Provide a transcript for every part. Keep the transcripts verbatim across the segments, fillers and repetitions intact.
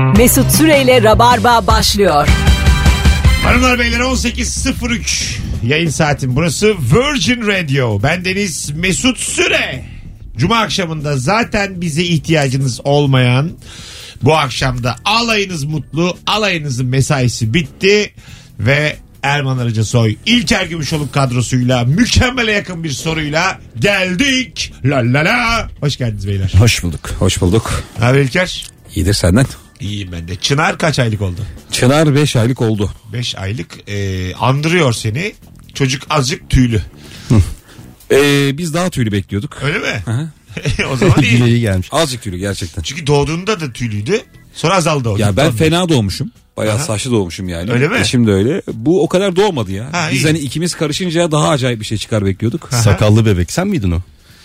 Mesut Süreyle Rabarba başlıyor. Hanımlar beyler on sekiz sıfır üç yayın saatim burası Virgin Radio. Bendeniz Mesut Süre. Cuma akşamında zaten bize ihtiyacınız olmayan, bu akşamda alayınız mutlu, alayınızın mesaisi bitti ve Erman Arıcasoy, İlker Gümüşoluk kadrosuyla mükemmele yakın bir soruyla geldik. La la la. Hoş geldiniz beyler. Hoş bulduk. Hoş bulduk. Ne haber İlker? İyidir senden. İyiyim ben de. Çınar kaç aylık oldu? Çınar beş aylık oldu. beş aylık. Ee, andırıyor seni. Çocuk azıcık tüylü. Ee, biz daha tüylü bekliyorduk. Öyle mi? O zaman iyi. iyi gelmiş. Azıcık tüylü gerçekten. Çünkü doğduğunda da tüylüydü. Sonra azaldı o. Ya ben Gitti fena doğmuşum. Bayağı Aha. saçlı doğmuşum yani. Öyle mi? Eşim de öyle. Bu o kadar doğmadı ya. Ha, biz iyi. hani ikimiz karışınca daha acayip bir şey çıkar bekliyorduk. Aha. Sakallı bebek sen miydin o?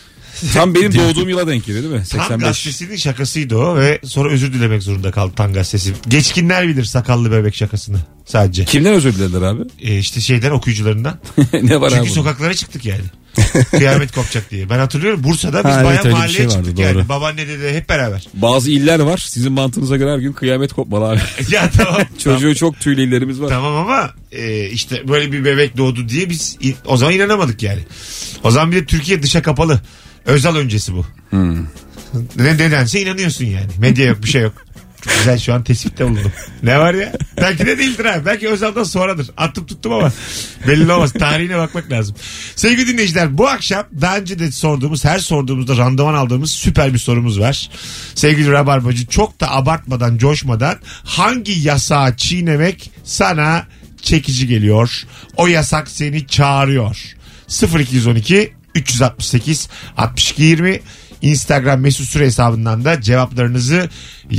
Tam benim doğduğum yıla denk geliyor değil mi? Tam seksen beş. gazetesinin şakasıydı o ve sonra özür dilemek zorunda kaldı Tam gazetesi. Geçkinler bilir sakallı bebek şakasını sadece. Kimden özür dilediler abi? Ee, işte şeyden, okuyucularından. Ne var Çünkü abi? sokaklara çıktık yani. Kıyamet kopacak diye. Ben hatırlıyorum Bursa'da biz Ha, bayağı evet, öyle bir mahalleye şey vardı, çıktık doğru. yani. Babaanne dede hep beraber. Bazı iller var. Sizin mantığınıza göre her gün kıyamet kopmalı abi. Ya tamam. Çocuğu çok tüylü illerimiz var. Tamam ama e, işte böyle bir bebek doğdu diye biz i- o zaman inanamadık yani. O zaman bir de Türkiye dışa kapalı. Özal öncesi bu. Hmm. Ne, nedense inanıyorsun yani. Medya yok, bir şey yok. Çok güzel, şu an tespitte bulundum. Ne var ya? Belki de değildir ha. Belki Özal'dan sonradır. Attım tuttum ama belli olmaz. Tarihine bakmak lazım. Sevgili dinleyiciler, bu akşam daha önce de sorduğumuz, her sorduğumuzda randıman aldığımız süper bir sorumuz var. Sevgili Rabarbacı, çok da abartmadan, coşmadan hangi yasağı çiğnemek sana çekici geliyor? O yasak seni çağırıyor. sıfır iki on iki üç altı sekiz altmış iki yirmi Instagram Mesut Süre hesabından da cevaplarınızı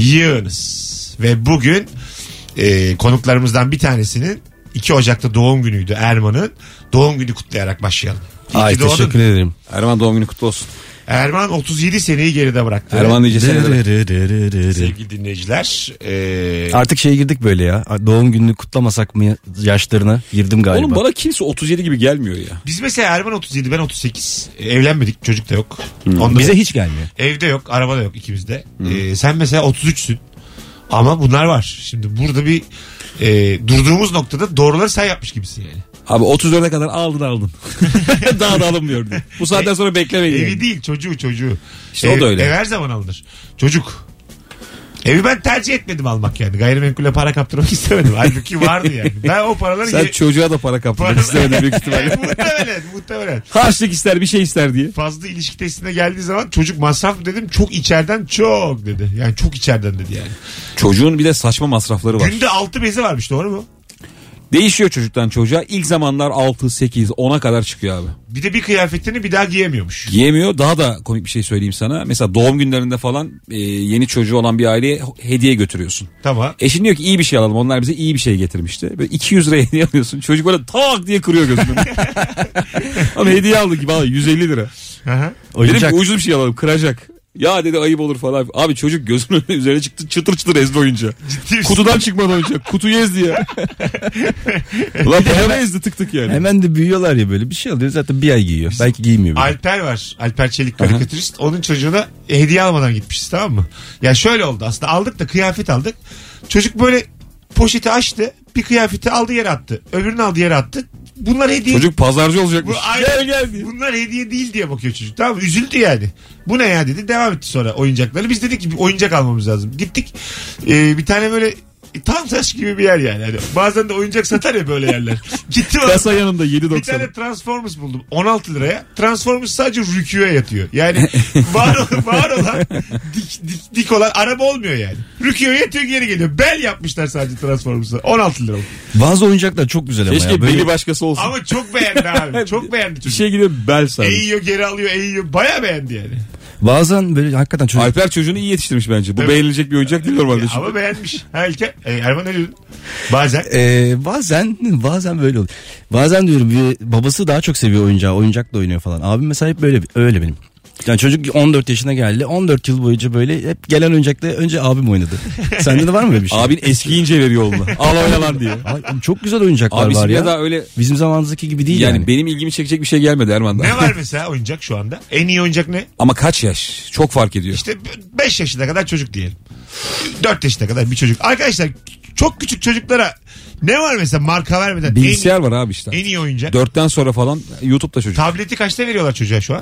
yığınız. Ve bugün e, konuklarımızdan bir tanesinin iki Ocak'ta doğum günüydü, Erman'ın. Doğum günü kutlayarak başlayalım. İyi Ay ki doğdun. teşekkür ederim. Erman doğum günü kutlu olsun. Erman otuz yedi seneyi geride bıraktı. Erman nice senelere. Sevgili dinleyiciler. E, Artık şeye girdik böyle ya. Doğum gününü kutlamasak mı yaşlarına girdim galiba. Oğlum bana kimse otuz yedi gibi gelmiyor ya. biz mesela Erman otuz yedi, ben otuz sekiz. E, evlenmedik, çocuk da yok. Hmm. Onda Bize da- hiç gelmiyor. Evde yok, arabada yok ikimizde. Ee, sen mesela otuz üçsün. Ama bunlar var. Şimdi burada bir e, durduğumuz noktada doğruları sen yapmış gibisin yani. Abi otuz dörde kadar aldın aldın. Daha da alınmıyor diye. Bu saatten sonra beklemeyin. Evi yani. değil, çocuğu çocuğu. İşte o da öyle. Ev her zaman alınır. Çocuk. Evi ben tercih etmedim almak yani. Gayrimenkule para kaptırmak istemedim. Halbuki vardı yani. Ben o paraları... Sen ye- çocuğa da para kaptırmak Para- istemedin büyük ihtimalle. muhtemelen, muhtemelen. Harçlık ister bir şey ister diye. Fazla ilişki testine geldiği zaman çocuk masraf dedim. Çok içeriden çok dedi. Yani çok içeriden dedi yani. Çocuğun bir de saçma masrafları var. Günde altı bezi varmış, doğru mu? Değişiyor çocuktan çocuğa. İlk zamanlar altı, sekiz, ona kadar çıkıyor abi. Bir de bir kıyafetini bir daha giyemiyormuş. Giyemiyor. Daha da komik bir şey söyleyeyim sana. Mesela doğum günlerinde falan e, yeni çocuğu olan bir aileye hediye götürüyorsun. Tamam. Eşin diyor ki iyi bir şey alalım. Onlar bize iyi bir şey getirmişti. Böyle iki yüz liraya hediye alıyorsun. Çocuk böyle tak diye kırıyor gözünü. Ama hediye aldık gibi abi yüz elli lira. Aha. Dedim Oyuncak. ki ucuz bir şey alalım, kıracak. Ya dedi ayıp olur falan. Abi çocuk gözünün üzerine çıktı, çıtır çıtır ezdi oyuncağı. Ciddi misin? Kutudan çıkmadı oyuncak. Kutuyu ezdi ya. Ulan bayağı ezdi tık tık yani. Hemen de büyüyorlar ya böyle. Bir şey alıyor zaten bir ay giyiyor. Belki giymiyor bile. Alper var. Alper Çelik karikatürist. Onun çocuğuna hediye almadan gitmişiz, tamam mı? Ya şöyle oldu aslında, aldık da kıyafet aldık. Çocuk böyle poşeti açtı. Bir kıyafeti aldı yere attı. Öbürünü aldı yere attı. Bunlar hediye. Çocuk pazarcı olacakmış. Bu aynı- Gel gel diye. Bunlar hediye değil diye bakıyor çocuk. Tamam mı? Üzüldü yani. Bu ne ya dedi. Devam etti sonra oyuncakları. Biz dedik ki bir oyuncak almamız lazım. Gittik. Ee, bir tane böyle tam taş gibi bir yer yani. Hani bazen de oyuncak satar ya böyle yerler. Gittim. Kasa yanında yedi Bir doksan. tane Transformers buldum. on altı liraya. Transformers sadece rüküye yatıyor. Yani var, olan- var olan dik, dik, dik olan araba olmuyor yani. Rüküye yatıyor, geri geliyor. Bel yapmışlar sadece Transformers'a. on altı lira. Bazı oyuncaklar çok güzel ama Keşke ya. Böyle beli başkası olsun. Ama çok beğendi abi. Çok beğendi Bir çocuk. şey gidiyor bel sarmış. Eğiyor, geri alıyor, eğiyor. Baya beğendi yani. bazen böyle hakikaten çocuk. Alper çocuğunu iyi yetiştirmiş bence. Bu Evet. beğenilecek bir oyuncak değil normalde. Ya ama beğenmiş. Ha İlker, e, Erman ne diyordun? Bazen. Ee, bazen bazen böyle oluyor. Bazen diyorum bir, babası daha çok seviyor oyuncağı. Oyuncakla oynuyor falan. Abim mesela hep böyle öyle benim. Yani çocuk on dört yaşına geldi. on dört yıl boyunca böyle hep gelen oyuncakla önce abim oynadı. Sende de var mı böyle bir şey? Abin eskiyince veriyor oğluna. Al oyna lan diye. Ay, çok güzel oyuncaklar Abi var ya. Daha öyle... Bizim zamanımızdaki gibi değil yani. yani. Benim ilgimi çekecek bir şey gelmedi Erman'da. Ne var mesela oyuncak şu anda? En iyi oyuncak ne? Ama kaç yaş? Çok fark ediyor. İşte beş yaşına kadar çocuk diyelim. dört yaşına kadar bir çocuk. Arkadaşlar çok küçük çocuklara ne var mesela marka vermeden? Bilgisayar en, var abi işte. En iyi oyuncak. Dörtten sonra falan YouTube'da çocuk. Tableti kaçta veriyorlar çocuğa şu an?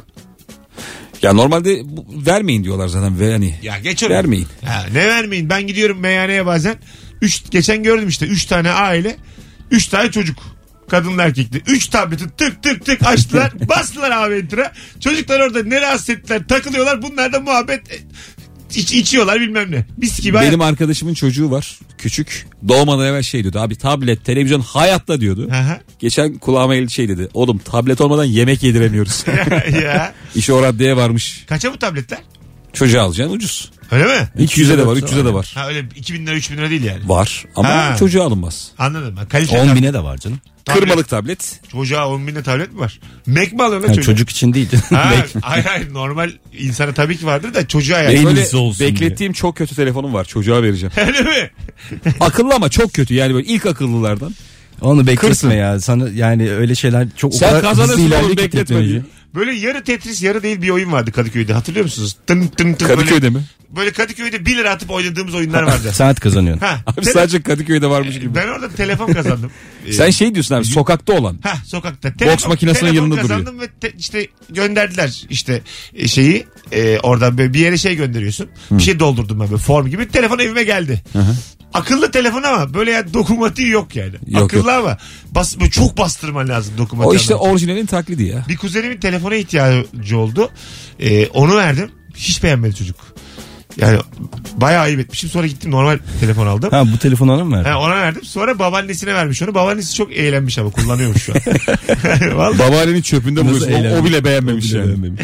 Ya normalde bu, vermeyin diyorlar zaten ve hani. Ya geç onu. Vermeyin. Ha, ne vermeyin? Ben gidiyorum meyhaneye bazen. Üç, geçen gördüm işte üç tane aile. Üç tane çocuk. Kadınlı erkekli. Üç tableti tık tık tık açtılar. Bastılar abi enter'a. Çocuklar orada ne rahatsız ettiler. Takılıyorlar. Bunlar da muhabbet iç, içiyorlar bilmem ne. Mis gibi. Benim hayat. arkadaşımın çocuğu var. Küçük. Doğmadan evvel şey diyordu. Abi tablet, televizyon hayatta diyordu. Aha. Geçen kulağıma geldi şey dedi. Oğlum tablet olmadan yemek yediremiyoruz. Ya. İşi o raddeye varmış. Kaça bu tabletler? Çocuğa alacaksın ucuz. Öyle mi? iki yüze de var, üç yüze de var. Ha öyle iki bin lira üç bin lira değil yani. Var ama Ha. çocuğa alınmaz. Anladım ben. Kalite on tablet. bine de var canım. Tablet. Kırmalık tablet. Çocuğa on binde tablet mi var? Mac mi alıyorsun lan Yani çocuğa? çocuk için değil. Ha, hayır hayır normal insana tabii ki vardır da çocuğa yani. En Böyle iyisi olsun beklettiğim çok kötü telefonum var. Çocuğa vereceğim. Öyle mi? Akıllı ama çok kötü. Yani böyle ilk akıllılardan. Onu bekletme Kırsın. ya. Sana yani öyle şeyler çok Sen o kadar kazanırsın hızlı ilerliyor oğlum, ki bekletme teknoloji. diye. Böyle yarı Tetris yarı değil bir oyun vardı Kadıköy'de hatırlıyor musunuz? Tın tın tın Kadıköy'de böyle, mi? Böyle Kadıköy'de bir lira atıp oynadığımız oyunlar vardı. Saat kazanıyorsun. Ha, Abi tele- sadece Kadıköy'de varmış gibi. Ben orada telefon kazandım. Sen şey diyorsun abi sokakta olan. Ha sokakta. Boks makinesinin telefon yanında duruyor. kazandım ve te- işte gönderdiler işte e, şeyi e, oradan böyle bir yere şey gönderiyorsun. Bir şey doldurdum ben böyle form gibi. Telefon evime geldi. Akıllı telefon ama böyle ya dokunmatiği yok yani. Yok, Akıllı yok. ama bas, böyle çok bastırman lazım dokunmatiği. O işte anlamak. orijinalin taklidi ya. Bir kuzenimin telefona ihtiyacı oldu. E, onu verdim. Hiç beğenmedi çocuk. Yani bayağı ayıp etmişim. Sonra gittim normal telefon aldım. Ha bu telefonu ona mı verdin? Ha, ona verdim. Sonra babaannesine vermiş onu. Babaannesi çok eğlenmiş ama kullanıyormuş şu an. Vallahi. Babaannenin çöpünde Nasıl buluyorsun. O, o eğlenmiş? bile beğenmemiş O bile yani. beğenmemiş.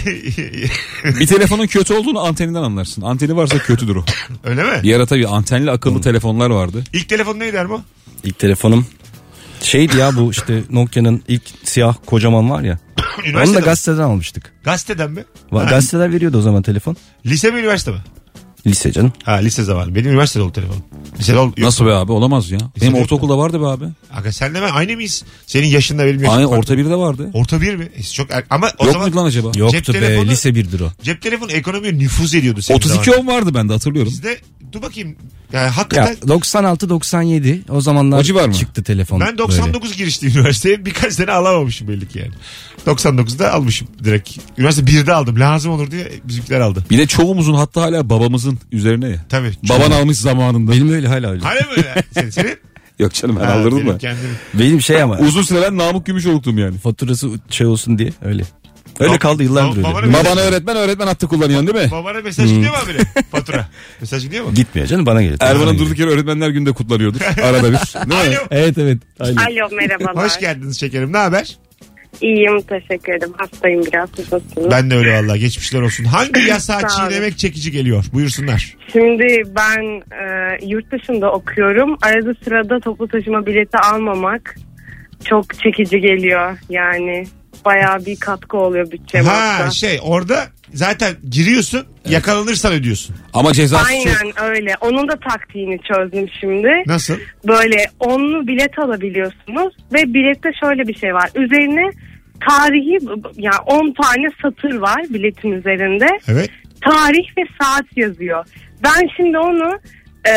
Bir telefonun kötü olduğunu anteninden anlarsın. Anteni varsa kötüdür o. Öyle mi? Bir ara tabii antenli akıllı telefonlar vardı. İlk telefon neydi Ermo? İlk telefonum şeydi ya bu işte Nokia'nın ilk siyah kocaman var ya. Onu da Üniversitede mi? gazeteden almıştık. Gazeteden mi? Va- Ha, Gazeteler veriyordu o zaman telefon. lise mi üniversite mi? Lise canım. Ha lise zamanı. Benim üniversitede oldu telefon. Lisede oldu. Yok. Nasıl be abi olamaz ya. Benim Lisede- ortaokulda vardı be abi. Aga senle ben aynı mıyız? Senin yaşında benim yaşım Aynı farklı. orta birde vardı. Orta bir mi? E, çok er- ama o Yok zaman muydu lan acaba? Yoktu be telefonu- lise birdir o. cep telefonu ekonomiye nüfuz ediyordu senin otuz iki zamanında. on vardı bende hatırlıyorum. Bizde dur bakayım. Yani hakikaten Ya doksan altı doksan yedi o zamanlar O civar mı? çıktı telefon. ben doksan dokuz girişliyim üniversiteye. Birkaç sene alamamışım belli ki yani. doksan dokuzda almışım direkt. Üniversite birde aldım. Lazım olur diye bizimkiler aldı. Bir de çoğumuzun hatta hala babamızın üzerine ya. Tabii. Baban almış zamanında. Benim öyle hala öyle. Hala mı öyle? Senin? senin? Yok canım ben Ha, aldırdım benim da. kendim. Benim şey ama Uzun süre ben Namık Gümüşoluk'tum yani. faturası şey olsun diye öyle. Öyle Bab- kaldı yıllardır bab- öyle. babanın- Babana öğretmen öğretmen hattı kullanıyorsun değil mi? Babana mesaj gidiyor mu abire? Fatura. Mesaj gidiyor mu? Gitmiyor canım bana geliyor. Erman'ın Bana durduk yere öğretmenler günde kutlanıyordur. Arada bir. Değil mi? Alo. Evet evet. Aynen. Alo merhabalar. Hoş geldiniz şekerim. Ne haber? İyiyim teşekkür ederim. Hastayım biraz. Siz nasılsınız? Ben de öyle vallahi. Geçmişler olsun. Hangi yasağı Sağ olun. çiğnemek çekici geliyor? Buyursunlar. Şimdi ben e, yurt dışında okuyorum. Arada sırada toplu taşıma bileti almamak çok çekici geliyor. Yani bayağı bir katkı oluyor bütçeme. Ha hatta. şey orada zaten giriyorsun yakalanırsan ödüyorsun. Ama cezası çok. Aynen öyle. Onun da taktiğini çözdüm şimdi. Nasıl? Böyle onlu bilet alabiliyorsunuz ve bilette şöyle bir şey var. Üzerine tarihi yani on tane satır var biletin üzerinde. Evet. Tarih ve saat yazıyor. Ben şimdi onu e,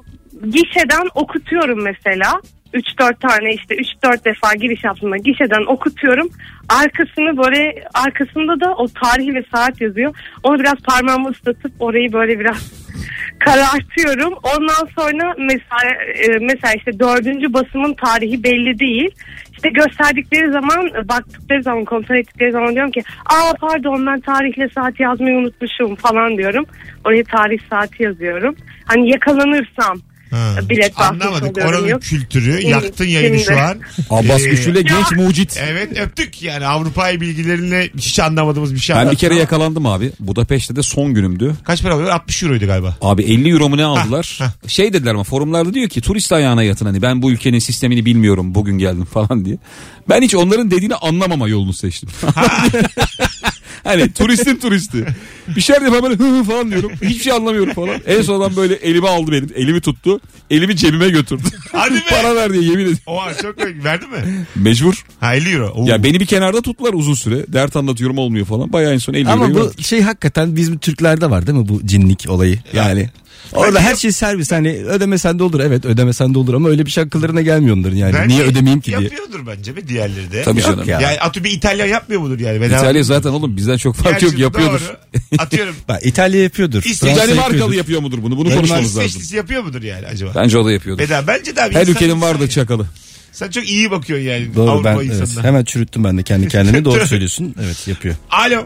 gişeden okutuyorum mesela. üç dört tane işte üç dört defa giriş yaptığımda gişeden okutuyorum. Arkasını böyle arkasında da o tarih ve saat yazıyor. Onu biraz parmağımı ıslatıp orayı böyle biraz karartıyorum. Ondan sonra mesela, e, mesela işte dördüncü basımın tarihi belli değil. İşte gösterdikleri zaman, baktıkları zaman, kontrol ettikleri zaman diyorum ki aa pardon ben tarihle saat yazmayı unutmuşum falan diyorum. Oraya tarih saati yazıyorum. Hani yakalanırsam Ha, bilet hiç basmış anlamadık oluyorum. oranın Yok. kültürü. Şimdi- Yaktın yayını şu şimdi. an. Abbas Ee, Güçlü'yle genç mucit. Evet öptük yani Avrupa'yı bilgilerini hiç anlamadığımız bir şey Ben bir anlattın kere ama- yakalandım abi. Budapeşte de son günümdü. Kaç para alıyor? altmış euroydu galiba. Abi elli euro mu ne aldılar? Ha, Şey dediler ama forumlarda diyor ki turist ayağına yatın hani ben bu ülkenin sistemini bilmiyorum bugün geldim falan diye. Ben hiç onların dediğini anlamama yolunu seçtim. Hani turistin turisti. Bir şeyler yapıyorum böyle hı hı falan diyorum. Hiçbir şey anlamıyorum falan. En sonradan böyle elimi aldı benim. Elimi tuttu. Elimi cebime götürdü. Hadi be. Para ver diye yemin ediyorum. Oha çok komik. Verdi mi? Mecbur. Ha elli euro. Oo. Ya beni bir kenarda tuttular uzun süre. Dert anlatıyorum olmuyor falan. Bayağı en son elli Ama euroyu bu verdim. şey hakikaten bizim Türklerde var değil mi bu cinlik olayı? Yani orada her şey servis, hani ödemesen de olur, evet ödemesen de olur ama öyle bir şey akıllarına gelmiyor onların yani. Bence Niye ödemeyeyim ki diye. Yapıyordur bence be diğerleri de. Tabii Yok canım. ya. Yani atı bir İtalyan yapmıyor mudur yani? Bedava İtalya değil. zaten oğlum bizden çok fark yok, Gerçi yapıyordur. doğru. Atıyorum. Bak, İtalya yapıyordur. İsveç Fransa Danimarkalı yapıyordur. yapıyor mudur bunu? Bunu Konuşmamız konuşmamız lazım. İsveçlisi yapıyor mudur yani acaba? Bence o da yapıyordur. Bedava. Bence de abi. Her insan ülkenin insan vardır ya. çakalı. Sen çok iyi bakıyorsun yani. Doğru, Avrupa ben evet, insanına. hemen çürüttüm ben de kendi kendime. Doğru söylüyorsun. Evet, yapıyor. Alo.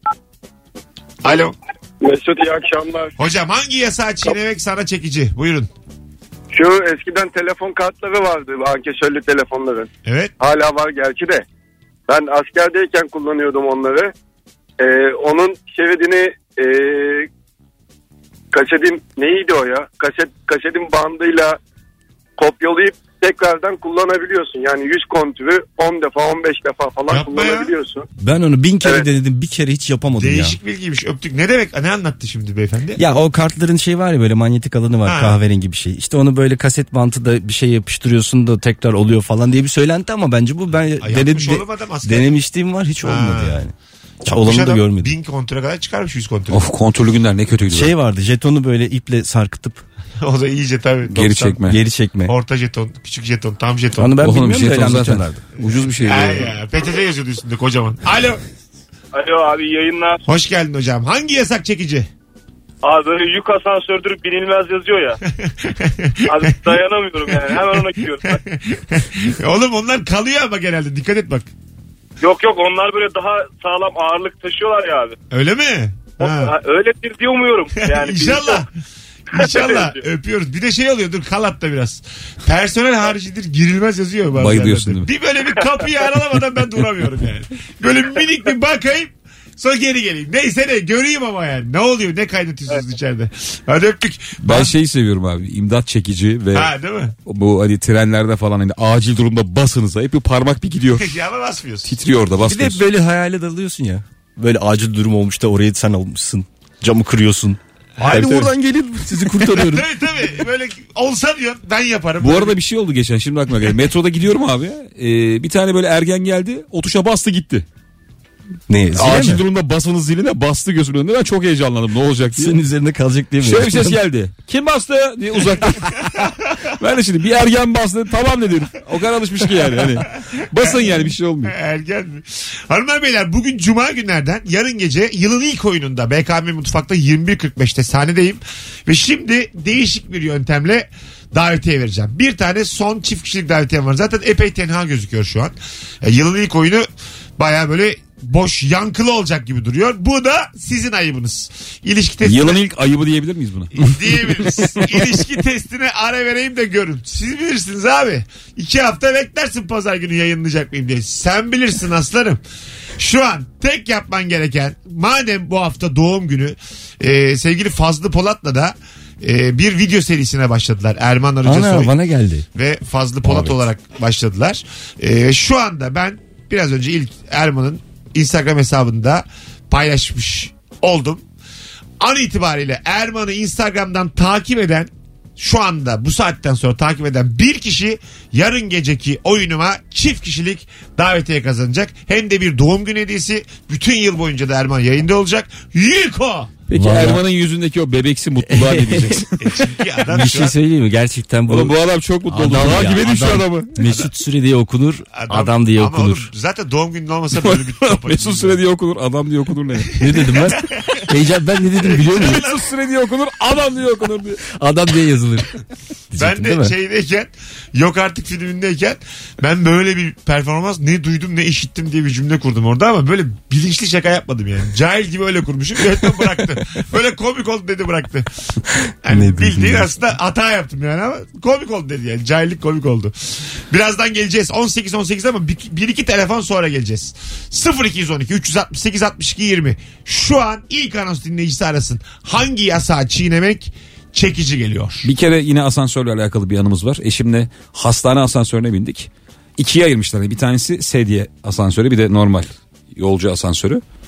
Alo. Mesut iyi akşamlar. Hocam hangi yasağı çiğnemek sana çekici? Buyurun. Şu eskiden telefon kartları vardı, ankesörlü telefonların. Evet. Hala var gerçi de. Ben askerdeyken kullanıyordum onları. Ee, onun şeridini e, kasetin neydi o ya? Kaset kasetin bandıyla kopyalayıp tekrardan kullanabiliyorsun. Yani yüz kontürü on defa on beş defa falan Yapma kullanabiliyorsun. Ben onu bin kere Evet. denedim, bir kere hiç yapamadım Değişik ya. bilgiymiş. Öptük. Ne demek? Ne anlattı şimdi beyefendi? Ya o kartların şey var ya, böyle manyetik alanı var, Ha. kahverengi bir şey. İşte onu böyle kaset bantı da bir şey yapıştırıyorsun da tekrar oluyor falan diye bir söylenti ama bence bu ben Ay, denedim, yapmış oğlum adam asker. denemişliğim var, hiç olmadı Ha. yani. Hiç Yapmış olanı da adam, görmedim. Bin kontra kadar çıkarmış yüz kontra. Of, kontrollü günler ne kötüydü. Şey vardı, jetonu böyle iple sarkıtıp O da iyice tabii. Geri doksan. çekme. geri çekme. Orta jeton, küçük jeton, tam jeton. Onu ben Oğlum bilmiyorum da öyle jeton zaten anlatıyorlardı. ucuz bir şey. Ay ya, P T T yazıyordu üstünde kocaman. Alo. Alo abi, iyi yayınlar. Hoş geldin hocam. Hangi yasak çekici? Abi böyle yük asansördür binilmez yazıyor ya. Abi dayanamıyorum yani, hemen ona gidiyorum. Oğlum onlar kalıyor ama genelde. Dikkat et bak. Yok yok, onlar böyle daha sağlam ağırlık taşıyorlar ya abi. Öyle mi? O, Ha. ha, öyledir diye umuyorum. Yani İnşallah. İnşallah. Öpüyoruz. Bir de şey oluyor. Dur kal hatta biraz. Personel haricidir girilmez yazıyor. bazı Bayılıyorsun yerlerde. değil Bir böyle bir kapıyı aralamadan ben duramıyorum yani. Böyle minik bir bakayım. Sonra geri geleyim. Neyse ne göreyim ama yani. Ne oluyor? Ne kaynatıyorsunuz içeride? Hadi öptük. Ben Bas- şeyi seviyorum abi, imdat çekici ve Ha değil mi? bu hani trenlerde falan hani acil durumda basınıza hep bir parmak bir gidiyor. Ya ama basmıyorsun. Titriyor orada, Bir de basmıyorsun. böyle hayale dalıyorsun ya. Böyle acil durum olmuş da orayı sen almışsın. Camı kırıyorsun. Hadi tabii. buradan gelin, sizi kurtarıyorum. tabii tabii. Böyle olsa diyor ben yaparım. Bu arada bir şey oldu geçen, şimdi aklıma geldi. Metroda gidiyorum abi. Ee, bir tane böyle ergen geldi. O tuşa bastı gitti. Ne? Zile Acil mi? durumda basının ziline bastı gözümün önünde. Ben çok heyecanlandım, ne olacak diye. Senin üzerinde kalacak diye mi? Şöyle bir ses geldi. Kim bastı diye uzaktan. Ben de şimdi bir ergen bastı. Tamam dedim. O kadar alışmış ki yani. Hani basın yani, bir şey olmuyor. Ergen mi? Hanımlar beyler, bugün Cuma günlerden yarın gece yılın ilk oyununda B K M Mutfak'ta yirmi bir kırk beşte sahnedeyim. Ve şimdi değişik bir yöntemle davetiye vereceğim. Bir tane son çift kişilik davetiyem var. Zaten epey tenha gözüküyor şu an. E, yılın ilk oyunu baya böyle boş, yankılı olacak gibi duruyor. Bu da sizin ayıbınız. İlişki testine Yılın ilk ayıbı diyebilir miyiz buna? diyebiliriz. İlişki testine ara vereyim de görün. Siz bilirsiniz abi. İki hafta beklersin pazar günü yayınlayacak mıyım diye. Sen bilirsin aslanım. Şu an tek yapman gereken, madem bu hafta doğum günü, e, sevgili Fazlı Polat'la da e, bir video serisine başladılar. Erman Arıcasoy Ana, bana geldi. ve Fazlı Polat Evet. olarak başladılar. E, şu anda ben biraz önce ilk Erman'ın Instagram hesabında paylaşmış oldum. An itibariyle Erman'ı Instagram'dan takip eden, şu anda bu saatten sonra takip eden bir kişi yarın geceki oyunuma çift kişilik davetiye kazanacak. Hem de bir doğum günü hediyesi. Bütün yıl boyunca da Erman yayında olacak. Yiko! Peki Vallahi- Erman'ın yüzündeki o bebeksi mutluluğa ne diyeceksin? E çünkü adam Bir şu şey an söyleyeyim mi? Gerçekten bu... Oğlum bu adam çok mutlu oldu. Adam Dağ ya, gibi düştü adam. adamı. Mesut Süre diye okunur, adam, diye ama okunur. oğlum zaten doğum günün olmasa böyle bir kafa. Mesut Süre diye okunur, adam diye okunur ne? Ne dedim ben? Heyecan, ben ne dedim biliyor musun? Mesut Süre diye okunur, adam diye okunur diye. Adam diye yazılır. Ben Diyecektim, değil de mi? şeydeyken, Yok Artık filmindeyken ben böyle bir performans ne duydum ne işittim diye bir cümle kurdum orada, ama böyle bilinçli şaka yapmadım yani. Cahil gibi öyle kurmuşum. Yönetmen bıraktı. Böyle komik oldu dedi, bıraktı. Yani Ne bildiğin duydun? aslında hata yaptım yani, ama komik oldu dedi yani. Cahillik komik oldu. Birazdan geleceğiz. on sekiz on sekiz ama bir, bir iki telefon sonra geleceğiz. sıfır iki on iki üç altı sekiz altmış iki yirmi. Şu an ilk anons dinleyicisi arasın. Hangi yasağı çiğnemek çekici geliyor? Bir kere yine asansörle alakalı bir anımız var. Eşimle hastane asansörüne bindik. İkiye ayırmışlar. Bir tanesi sedye asansörü, bir de normal yolcu asansörü.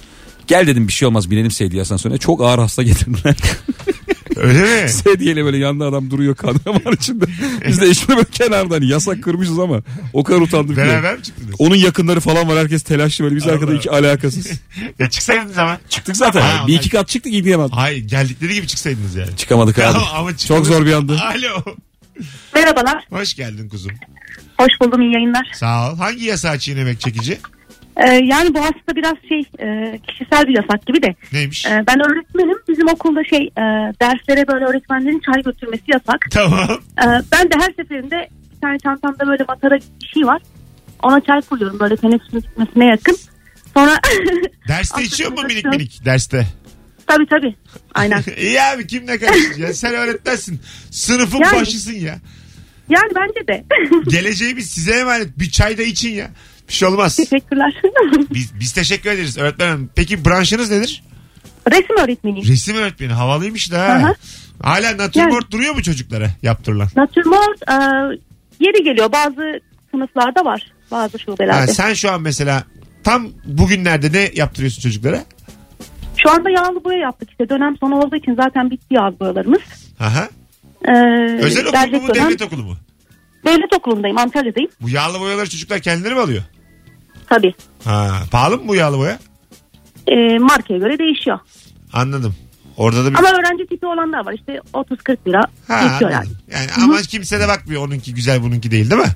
Gel dedim bir şey olmaz binelim sedye asansörüne. Çok ağır hasta getirdiler. Öyle mi? Sedyeyle böyle yanında adam duruyor kan var içinde. Biz de eşime böyle kenardan yasak kırmışız ama o kadar utandık. Beraber mi çıktınız? Onun yakınları falan var herkes telaşlı böyle biz Allah. arkada iki alakasız. Ya çıksaydınız ama. Çıktık zaten. Ha, bir ben- iki kat çıktık gidemem. Hayır geldikleri gibi çıksaydınız yani. Çıkamadık abi. Ama, ama Çok zor bir anda. Alo. Merhabalar. Hoş geldin kuzum. Hoş buldum, iyi yayınlar. Sağ ol. Hangi yasağı çiğnemek çekici? Ee, yani bu aslında biraz şey e, kişisel bir yasak gibi de. Neymiş? Ee, ben öğretmenim. Bizim okulda şey e, derslere böyle öğretmenlerin çay götürmesi yasak. Tamam. Ee, ben de her seferinde bir tane çantamda böyle matara bir şey var. Ona çay koyuyorum böyle teneffüsün gitmesine yakın. Sonra Derste içiyor mu minik minik derste? tabii tabii. Aynen. İyi abi kim ne karışır ya sen öğretmensin. Sınıfın Yani- başısın ya. Yani bence de. Geleceğimiz size emanet. Bir çay da için ya. Bir şey olmaz. Teşekkürler. Biz, biz teşekkür ederiz öğretmenim. Peki branşınız nedir? Resim öğretmeniyim. Resim öğretmeni. Havalıymış da. Hı ha. hı. Hala natürmort duruyor mu çocuklara yaptırılan? Natürmort e, yeri geliyor. Bazı sınıflarda var. Bazı Ha, şubelerde. sen şu an mesela tam bugünlerde ne yaptırıyorsun çocuklara? Şu anda yağlı boya yaptık işte. Dönem sonu olduğu için zaten bitti yağlı boyalarımız. Aha. Ee, Özel okul gelecek mu dönem- devlet okulu mu? Devlet okulundayım. Antalya'dayım. Bu yağlı boyaları çocuklar kendileri mi alıyor? Tabii. Ha, pahalı mı bu yağlı boya? Ee, markaya göre değişiyor. Anladım. Orada da bir... Ama öğrenci tipi olanlar var. İşte otuz kırk lira Ha, geçiyor yani. anladım. Yani ama kimse de bakmıyor onunki güzel bununki değil değil mi?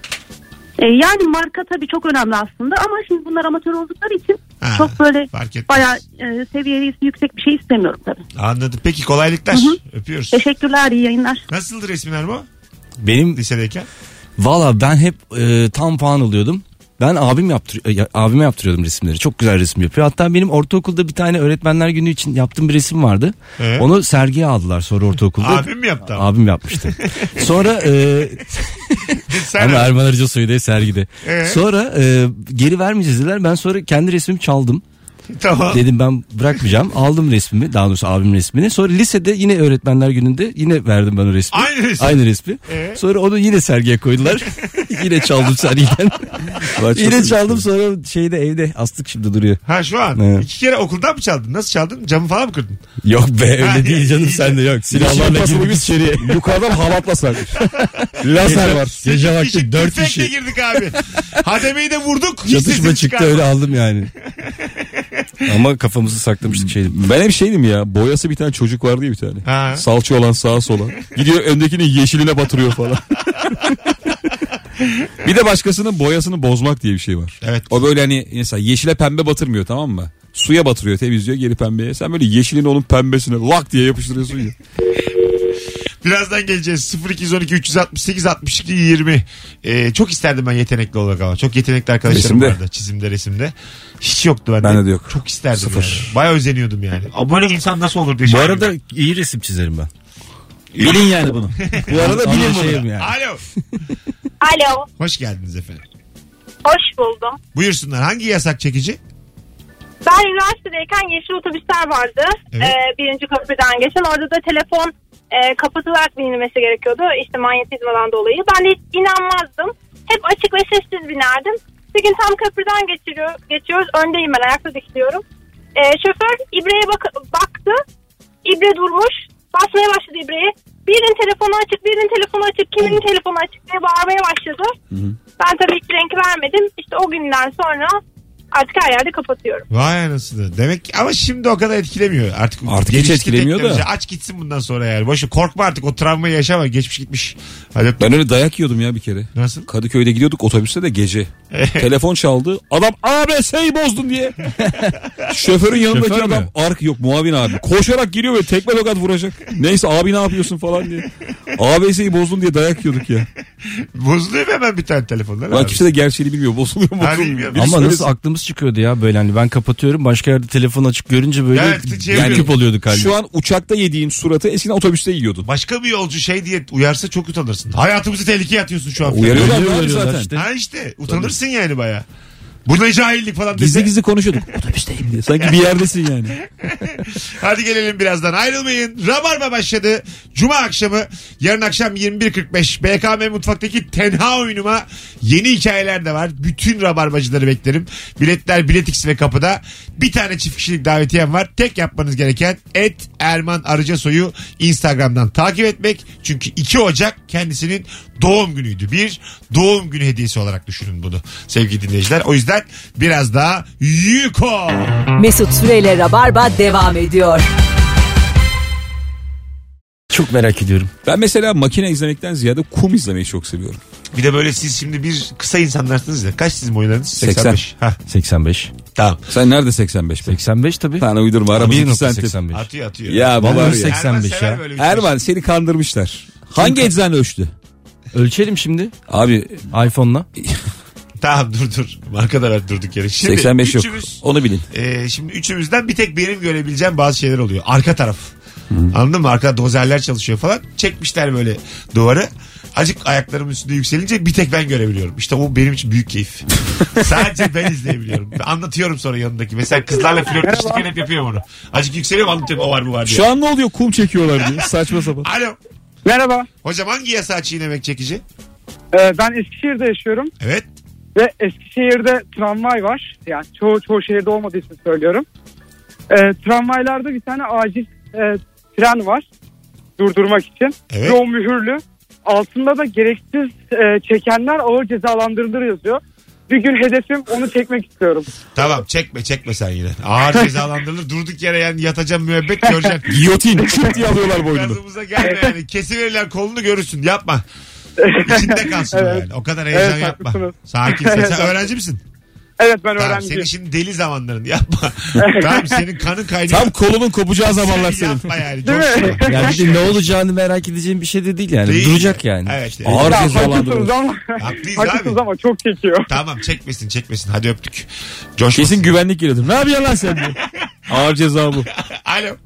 Ee, yani marka tabii çok önemli aslında. Ama şimdi bunlar amatör oldukları için Ha, çok böyle fark etmez. bayağı e, seviyesi yüksek bir şey istemiyorum tabii. Anladım. Peki kolaylıklar. Öpüyoruz. Teşekkürler, iyi yayınlar. Nasıldı resmin bu Benim lisedeyken? valla ben hep e, tam puan alıyordum. Ben abim yaptır ya, abime yaptırıyordum resimleri. Çok güzel resim yapıyor. Hatta benim ortaokulda bir tane öğretmenler günü için yaptığım bir resim vardı. Evet. Onu sergiye aldılar sonra ortaokulda. Abim mi yaptı? Abi? Abim yapmıştı. Sonra e, Sen ama abi. Erman Arıca Soy'da sergide. Ee? Sonra e, geri vermeyeceğiz dediler. Ben sonra kendi resmimi çaldım. Tamam. Dedim ben bırakmayacağım. Aldım resmimi, daha doğrusu abimin resmini. Sonra lisede yine öğretmenler gününde yine verdim ben o resmi. Aynı resim. Aynı resmi. Ee? Sonra onu yine sergiye koydular. Yine çaldım sergiden. Yine çaldım sonra şeyde evde astık şimdi duruyor. Ha şu an. Evet. İki kere okuldan mı çaldın? Nasıl çaldın? Camı falan mı kırdın? Yok be öyle Ha, değil canım iyi. sende yok. Silahlarla girdik içeriye. Yukarıdan halatla sarmış. Lazer var. Gece Kişi- vakti dört tüfekle kişi. girdik abi. Hademeyi de vurduk. hiç Çatışma sesini çıktı çıkarmadı. öyle aldım yani. Ama kafamızı saklamıştık şeydi. Ben hep şeydim ya boyası bir tane çocuk vardı ya bir tane. Ha. Salça olan sağa sola. Gidiyor öndekinin yeşiline batırıyor falan. Bir de başkasının boyasını bozmak diye bir şey var. Evet. O böyle hani mesela yeşile pembe batırmıyor tamam mı? Suya batırıyor temizliyor geri pembeye. Sen böyle yeşilin onun pembesine lak diye yapıştırıyorsun ya. Birazdan geleceğiz. sıfır iki on iki üç altı sekiz altmış iki yirmi. Ee, çok isterdim ben yetenekli olmak ama. Çok yetenekli arkadaşlarım Resimde. vardı. Çizimde, resimde. Hiç yoktu bende. Bende de yok. Çok isterdim Sıfır. yani. Bayağı özeniyordum yani. Aa, böyle insan nasıl olur diye. Bu şey arada yapıyorum. iyi resim çizerim ben. Bilin yani bunu. bu arada Ama bilin şeyim bunu. yani. Alo. Alo, Hoş geldiniz efendim. hoş buldum. Buyursunlar. Hangi yasak çekici? Ben üniversitedeyken yeşil otobüsler vardı. Evet. Ee, birinci köprüden geçen. Orada da telefon e, kapatılarak binilmesi gerekiyordu. İşte manyetizmadan dolayı. Ben de hiç inanmazdım. Hep açık ve sessiz binerdim. Bir gün tam köprüden geçiriyor, geçiyoruz. Öndeyim ben, ayakta dikiliyorum. Ee, şoför ibreye bak- baktı. İbre durmuş. Basmaya başladı ibreye. Birinin telefonu açık, birinin telefonu açık, kiminin telefonu açık diye bağırmaya başladı. Hı hı. Ben tabii hiç renk vermedim. İşte o günden sonra artık her yerde kapatıyorum. Vay anasını. Demek ki ama şimdi o kadar etkilemiyor. Artık, Artık hiç gelişti etkilemiyor da. teknoloji. Aç gitsin bundan sonra yani. Boşu korkma artık o travmayı yaşama. Geçmiş gitmiş. Hadi. Ben öyle dayak yiyordum ya bir kere. Nasıl? Kadıköy'de gidiyorduk otobüste de gece. Telefon çaldı. Adam A B S'yi bozdun diye. Şoförün yanındaki Şoför mü? adam ark yok muavin abi. Koşarak giriyor ve tekme tokat vuracak. Neyse abi ne yapıyorsun falan diye. A B S'yi bozdun diye dayak yiyorduk ya. Bozuluyor mu hemen bir tane telefonlar? Lan abi? kimse de gerçeğini bilmiyor. Bozuluyor mu Ha, bozulmuyor. bilmiyorum. Birisi Ama söylesin. nasıl aklımız çıkıyordu ya böyle hani ben kapatıyorum başka yerde telefon açık görünce böyle Evet, şey yani yapıyorum. küp oluyordu kalbim. Şu an uçakta yediğin suratı eskiden otobüste yiyordun. Başka bir yolcu şey diye uyarsa çok utanırsın. Hayatımızı tehlikeye atıyorsun şu an. Uyarıyorlar Öyle abi uyarıyorlar zaten. işte. Ha işte utanırsın yani baya. Bu ne cahillik falan dese. Gizli gizli konuşuyorduk. Otobüsteyim diye. Sanki bir yerdesin yani. Hadi gelelim birazdan. Ayrılmayın. Rabarba başladı. Cuma akşamı. Yarın akşam yirmi bir kırk beş B K M Mutfak'taki tenha oyunuma yeni hikayeler de var. Bütün rabarbacıları beklerim. Biletler Biletix ve kapıda. Bir tane çift kişilik davetiyem var. Tek yapmanız gereken et Erman Arıcasoy'u Instagram'dan takip etmek. Çünkü iki Ocak kendisinin doğum günüydü. Bir doğum günü hediyesi olarak düşünün bunu sevgili dinleyiciler. O yüzden biraz daha yuko. Mesut Süreyle Rabarba devam ediyor. Çok merak ediyorum. Ben mesela makine izlemekten ziyade kum izlemeyi çok seviyorum. Bir de böyle siz şimdi bir kısa insanlarsınız ya. Kaç sizin boylarınız? seksen beş. Hah, seksen beş. tamam. Sen nerede seksen beş? seksen beş tabii. Tane uydurma aramız iki santim. seksen beş. Atıyor atıyor. Ya baba Vallahi ya. seksen beş sever ya. böyle bir şey. Erman seni kandırmışlar. Hangi eczane ölçtü? Ölçelim şimdi Abi iPhone'la. Tamam dur dur. Markada ver durduk yere. Şimdi seksen beş yok. üçümüz, Onu bilin. e, şimdi üçümüzden bir tek benim görebileceğim bazı şeyler oluyor. Arka taraf. Anladın mı? Arkada dozerler çalışıyor falan. Çekmişler böyle duvarı. Acık ayaklarımın üstünde yükselince bir tek ben görebiliyorum. İşte o benim için büyük keyif. Sadece ben izleyebiliyorum. Anlatıyorum sonra yanındaki. Mesela kızlarla flörtleşirken hep yapıyorum onu. Acık yükseliyorum anlatıyorum o var bu var diye. Şu an ne oluyor? Kum çekiyorlar diye. Saçma sapan. Alo. Merhaba. Hocam hangi yasağı çiğnemek çekici? Ee, ben Eskişehir'de yaşıyorum Evet. ve Eskişehir'de tramvay var. Yani çoğu çoğu şehirde olmadığı için söylüyorum. Ee, tramvaylarda bir tane acil e, tren var durdurmak için. Evet. Ve o mühürlü. Altında da gereksiz e, çekenler ağır cezalandırılır yazıyor. Bir gün hedefim onu çekmek istiyorum. Tamam çekme çekme sen yine. Ağır cezalandırılır. Durduk yere yani yatacağım müebbet göreceksin. Giyotin. Çıt diye alıyorlar boynunu. Gazımıza gelme yani. Kesiverirler kolunu görürsün. Yapma. İçinde kalsın Evet. yani. O kadar heyecan Evet, yapma. haklısınız. Sakin. Sen, Evet, sen öğrenci misin? Evet ben Tamam, öğrenciyim. senin şimdi deli zamanların yapma. Tamam senin kanın kaynıyor. Tam kolunun kopacağı zamanlar Sen senin. yapma yani. Değil mi? coşma. Yani bir de ne olacağını merak edeceğim bir şey de değil yani. Değil. Duracak yani. Evet. evet. Ağır Ya, cezalandırılır. haklısınız ama, Haklıyız haklısınız abi. ama çok çekiyor. Tamam çekmesin çekmesin. Hadi öptük. Coşmasın. Kesin güvenlik geliyordur. Ne yapıyorsun lan sen diye. Ağır ceza bu. Alo.